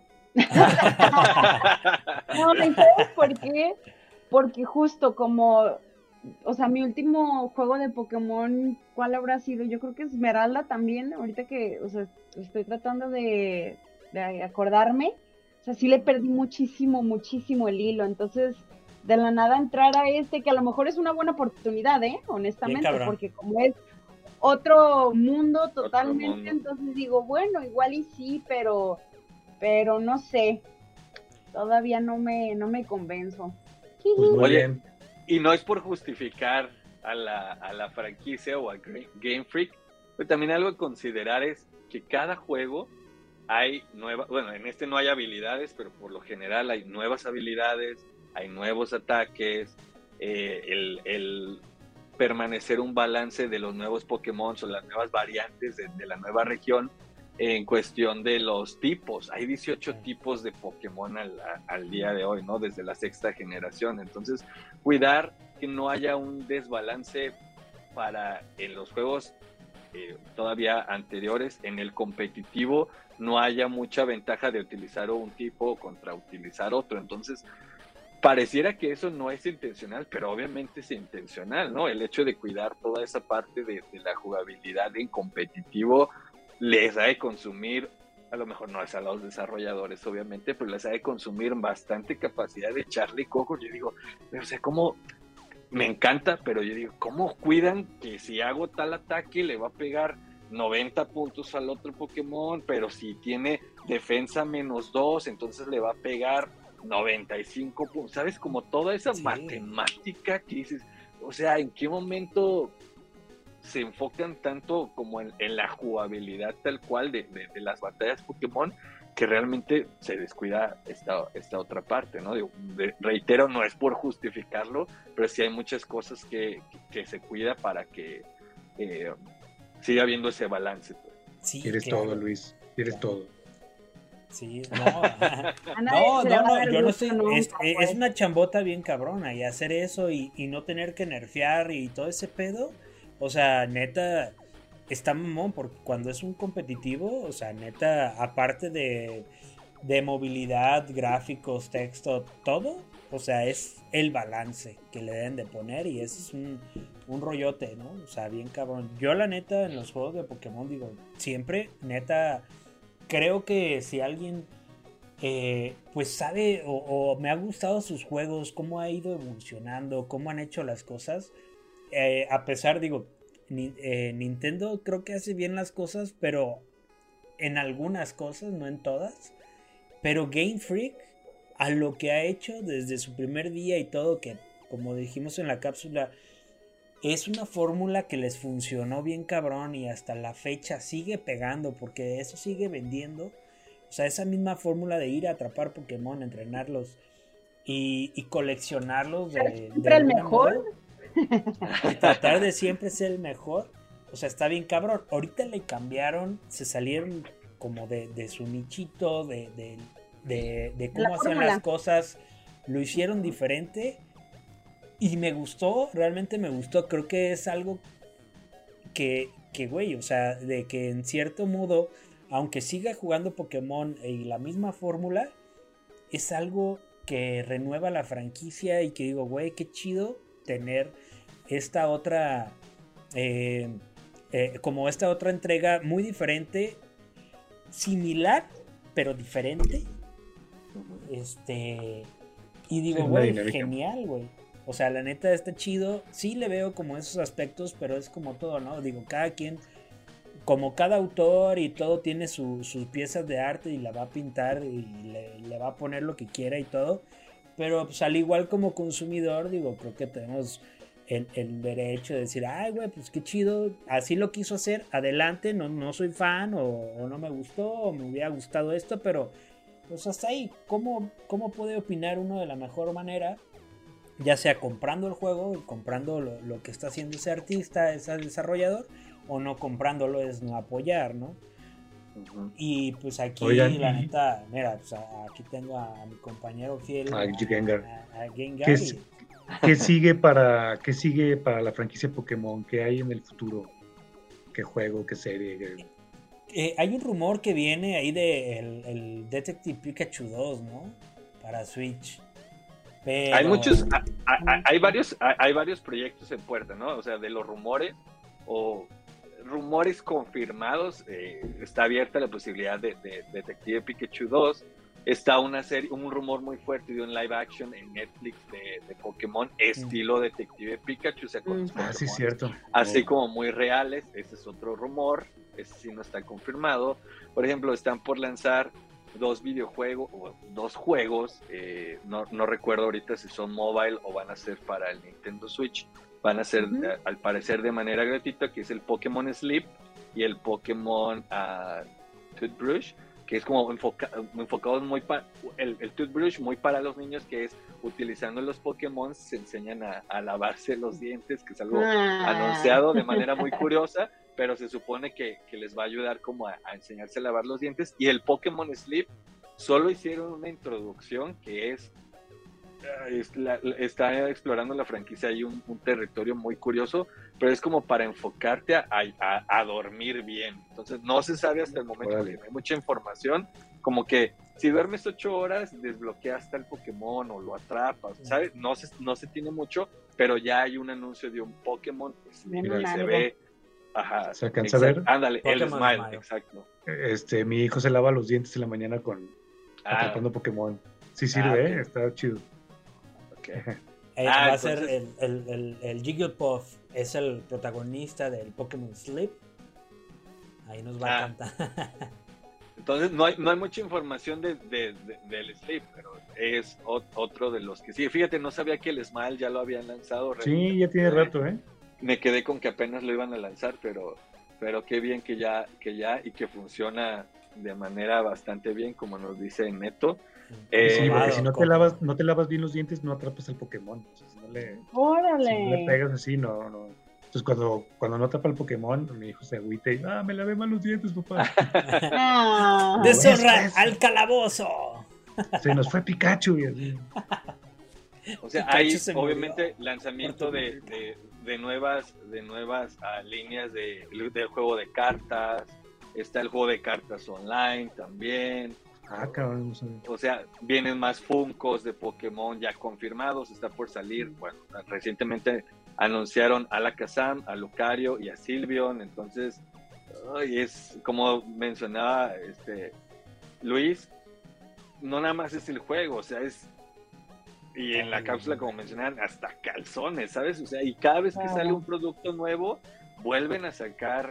No, ¿sabes por qué? Porque justo como, o sea, mi último juego de Pokémon, ¿cuál habrá sido? Yo creo que Esmeralda también, ahorita que, o sea, estoy tratando de acordarme. O sea, sí le perdí muchísimo el hilo. Entonces, de la nada entrar a que a lo mejor es una buena oportunidad, honestamente, porque como es otro mundo totalmente, entonces digo, bueno, igual y sí, pero no sé. Todavía no me convenzo. Pues muy bien. Y no es por justificar a la franquicia o a Game Freak, pero también algo a considerar es que cada juego hay nuevas, bueno, en no hay habilidades, pero por lo general hay nuevas habilidades, hay nuevos ataques, el permanecer un balance de los nuevos Pokémon o las nuevas variantes de la nueva región en cuestión de los tipos. Hay 18 tipos de Pokémon al día de hoy, ¿no? Desde la 6ª generación. Entonces, cuidar que no haya un desbalance en los juegos todavía anteriores, en el competitivo no haya mucha ventaja de utilizar un tipo contra utilizar otro. Entonces pareciera que eso no es intencional, pero obviamente es intencional, ¿no? El hecho de cuidar toda esa parte de la jugabilidad en competitivo les ha de consumir, a lo mejor no es a los desarrolladores obviamente, pero les ha de consumir bastante capacidad de echarle coco. Yo digo, o sea, ¿cómo? Me encanta, pero yo digo, ¿cómo cuidan que si hago tal ataque le va a pegar 90 puntos al otro Pokémon, pero si tiene defensa -2, entonces le va a pegar 95 puntos? ¿Sabes? Como toda esa matemática que dices, o sea, ¿en qué momento se enfocan tanto como en la jugabilidad tal cual de las batallas Pokémon, que realmente se descuida esta otra parte, ¿no? Reitero, no es por justificarlo, pero sí hay muchas cosas que se cuida para que siga habiendo ese balance. Pues. Sí, eres todo, Luis, eres todo. Sí, no, yo no sé, es una chambota bien cabrona, y hacer eso y no tener que nerfear y todo ese pedo, o sea, neta, está mamón, porque cuando es un competitivo, o sea, neta, aparte de movilidad, gráficos, texto, todo, o sea, es el balance que le deben de poner, y eso es un rollote, ¿no? O sea, bien cabrón. Yo la neta, en los juegos de Pokémon, digo, siempre, neta, creo que si alguien pues sabe o me ha gustado sus juegos, cómo ha ido evolucionando, cómo han hecho las cosas, a pesar, digo, Nintendo creo que hace bien las cosas, pero en algunas cosas, no en todas. Pero Game Freak, a lo que ha hecho desde su primer día y todo, que como dijimos en la cápsula, es una fórmula que les funcionó bien cabrón y hasta la fecha sigue pegando, porque eso sigue vendiendo. O sea, esa misma fórmula de ir a atrapar Pokémon, entrenarlos y coleccionarlos de el mejor. Y tratar de siempre ser el mejor. O sea, está bien cabrón. Ahorita le cambiaron, se salieron como de su nichito, de cómo hacían las cosas. Lo hicieron diferente y me gustó, realmente me gustó. Creo que es algo que güey, o sea, de que en cierto modo, aunque siga jugando Pokémon y la misma fórmula, es algo que renueva la franquicia y que digo, güey, qué chido tener esta otra como esta otra entrega muy diferente, similar pero diferente, y digo, güey, genial, güey. O sea, la neta está chido. Sí le veo como esos aspectos, pero es como todo, ¿no? Digo, cada quien, como cada autor y todo tiene sus piezas de arte y la va a pintar y le va a poner lo que quiera y todo. Pero pues al igual como consumidor, digo, creo que tenemos el derecho de decir, ay, güey, pues qué chido, así lo quiso hacer, adelante, no soy fan o no me gustó o me hubiera gustado esto, pero pues hasta ahí, ¿cómo puede opinar uno de la mejor manera? Ya sea comprando el juego, comprando lo que está haciendo ese artista, ese desarrollador, o no comprándolo, es no apoyar, ¿no? Uh-huh. Y pues aquí, oigan, la neta, mira, pues aquí tengo a mi compañero fiel, a Gengar. ¿Qué sigue para la franquicia Pokémon? ¿Qué hay en el futuro? ¿Qué juego? ¿Qué serie? Hay un rumor que viene ahí de el Detective Pikachu 2, ¿no? Para Switch. Pero... Hay varios proyectos en puerta, ¿no? O sea, de los rumores o rumores confirmados, está abierta la posibilidad de Detective Pikachu 2. Está un rumor muy fuerte de un live action en Netflix de Pokémon, estilo Detective Pikachu, o sea, con sí, cierto. Así como muy reales. Ese es otro rumor, ese sí no está confirmado. Por ejemplo, están por lanzar dos juegos, no recuerdo ahorita si son mobile o van a ser para el Nintendo Switch. Van a ser, al parecer, de manera gratuita, que es el Pokémon Sleep y el Pokémon Toothbrush, que es como enfocados muy el Toothbrush muy para los niños, que es utilizando los Pokémon se enseñan a lavarse los dientes, que es algo anunciado de manera muy curiosa, pero se supone que les va a ayudar como a enseñarse a lavar los dientes. Y el Pokémon Sleep solo hicieron una introducción que es está explorando la franquicia ahí un territorio muy curioso, pero es como para enfocarte a dormir bien. Entonces no se sabe hasta el momento, porque no hay mucha información, como que si duermes 8 horas, desbloqueas el Pokémon o lo atrapas, ¿sabes? No se tiene mucho, pero ya hay un anuncio de un Pokémon, pues, y se ve. Ajá. ¿Se alcanza a ver? Ándale, Pokémon el Smile, Smile. Exacto. Mi hijo se lava los dientes en la mañana atrapando Pokémon. Sí sirve, okay. Está chido. Okay. Va a ser el Jigglypuff, es el protagonista del Pokémon Sleep. Ahí nos va a cantar. Entonces no hay mucha información del Sleep, pero es otro de los que sí. Fíjate, no sabía que el Smile ya lo habían lanzado. Sí, ya tiene rato, Me quedé con que apenas lo iban a lanzar, pero qué bien que ya y que funciona de manera bastante bien, como nos dice Neto. Sí, porque si no te lavas bien los dientes, no atrapas al Pokémon. O sea, si no le pegas así, no. Entonces cuando no atrapa el Pokémon, mi hijo se agüita y me lavé mal los dientes, papá. ¡Deshonra al calabozo! Se nos fue Pikachu y así. O sea, hay obviamente lanzamiento de nuevas líneas del juego de cartas. Está el juego de cartas online también. Cabrón, no sabía. O sea, vienen más Funkos de Pokémon ya confirmados. Está por salir. Bueno, recientemente anunciaron a Alakazam, a Lucario y a Sylveon. Entonces, es como mencionaba Luis, no nada más es el juego, o sea, y en la cápsula, como mencionaban, hasta calzones, ¿sabes? O sea, y cada vez que sale un producto nuevo, vuelven a sacar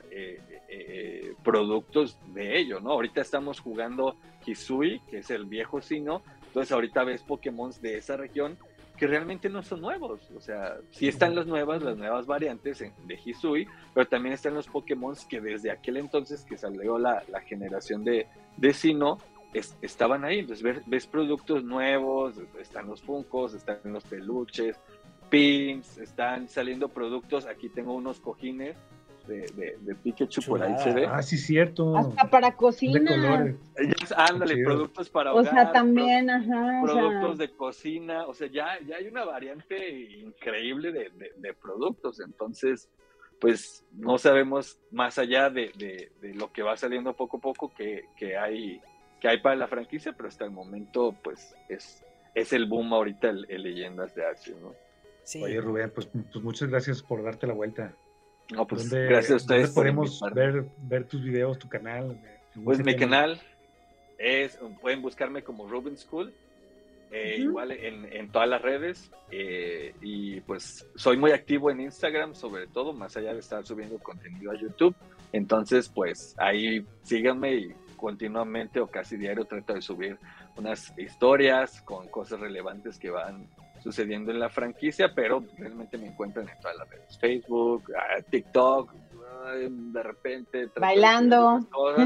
productos de ello, ¿no? Ahorita estamos jugando Hisui, que es el viejo Sinnoh, entonces ahorita ves Pokémon de esa región que realmente no son nuevos, o sea, sí están las nuevas variantes de Hisui, pero también están los Pokémon que desde aquel entonces que salió la generación de Sinnoh, estaban ahí. Entonces ves productos nuevos, están los Funkos, están los peluches, pins, están saliendo productos. Aquí tengo unos cojines de Pikachu, por ahí se ve. Sí, cierto. Hasta para cocina. Ándale, productos para hogar. O sea, también, productos de cocina. O sea, ya hay una variante increíble de productos. Entonces, pues no sabemos más allá de lo que va saliendo poco a poco que hay para la franquicia, pero hasta el momento pues es el boom ahorita el Leyendas de Arceus, ¿no? Sí. Oye, Rubén, pues muchas gracias por darte la vuelta. No, pues gracias a ustedes. ¿Dónde podemos ver tus videos, tu canal? Pues mi canal pueden buscarme como Ruben School, igual en todas las redes, y pues soy muy activo en Instagram, sobre todo, más allá de estar subiendo contenido a YouTube. Entonces pues ahí síganme y continuamente o casi diario trato de subir unas historias con cosas relevantes que van sucediendo en la franquicia, pero realmente me encuentran en todas las redes, Facebook, TikTok, de repente bailando.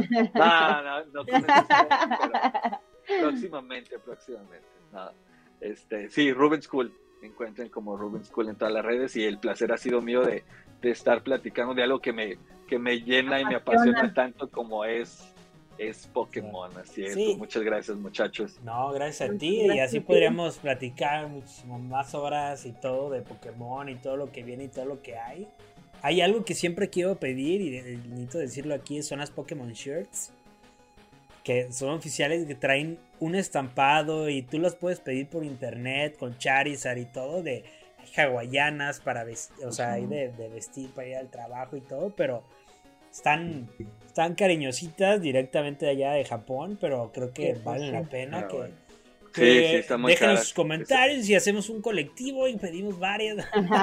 No próximamente. No. Sí, Ruben School, me encuentran como Ruben School en todas las redes, y el placer ha sido mío de estar platicando de algo que me llena y me apasiona tanto como es Pokémon, así es. Sí. Muchas gracias, muchachos. No, gracias a ti, y así podríamos platicar muchísimas más horas y todo de Pokémon y todo lo que viene y todo lo que hay. Hay algo que siempre quiero pedir y necesito decirlo aquí, son las Pokémon Shirts, que son oficiales, que traen un estampado y tú las puedes pedir por internet con Charizard y todo, de hawaianas para vestir, o sea, hay de vestir para ir al trabajo y todo, pero están cariñositas directamente de allá de Japón, pero creo que valen la pena que dejen sus comentarios y hacemos un colectivo y pedimos varias.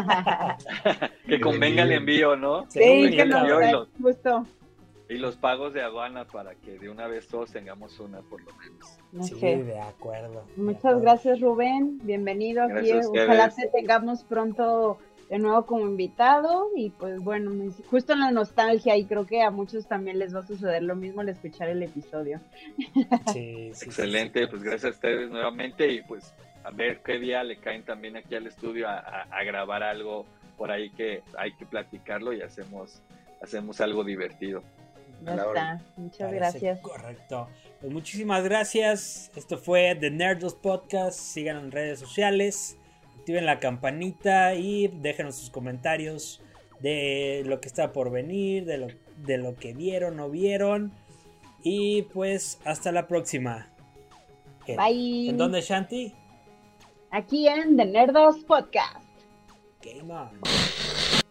Que convenga el envío, ¿no? Sí, que no, justo. Y los pagos de aduana para que de una vez todos tengamos una por lo menos. Sí, de acuerdo. Muchas gracias, Rubén. Bienvenido aquí. Ojalá te tengamos pronto de nuevo como invitado, y pues bueno, justo en la nostalgia, y creo que a muchos también les va a suceder lo mismo al escuchar el episodio. Sí, excelente, pues gracias a ustedes nuevamente, y pues a ver qué día le caen también aquí al estudio a grabar algo por ahí, que hay que platicarlo y hacemos algo divertido. Ya está, muchas gracias. Correcto. Pues muchísimas gracias. Esto fue The Nerdos Podcast. Síganos en redes sociales. Activen la campanita y déjenos sus comentarios de lo que está por venir, de lo que vieron o vieron. Y pues hasta la próxima. Bye. ¿En dónde, Shanti? Aquí en The Nerdos Podcast. Game on.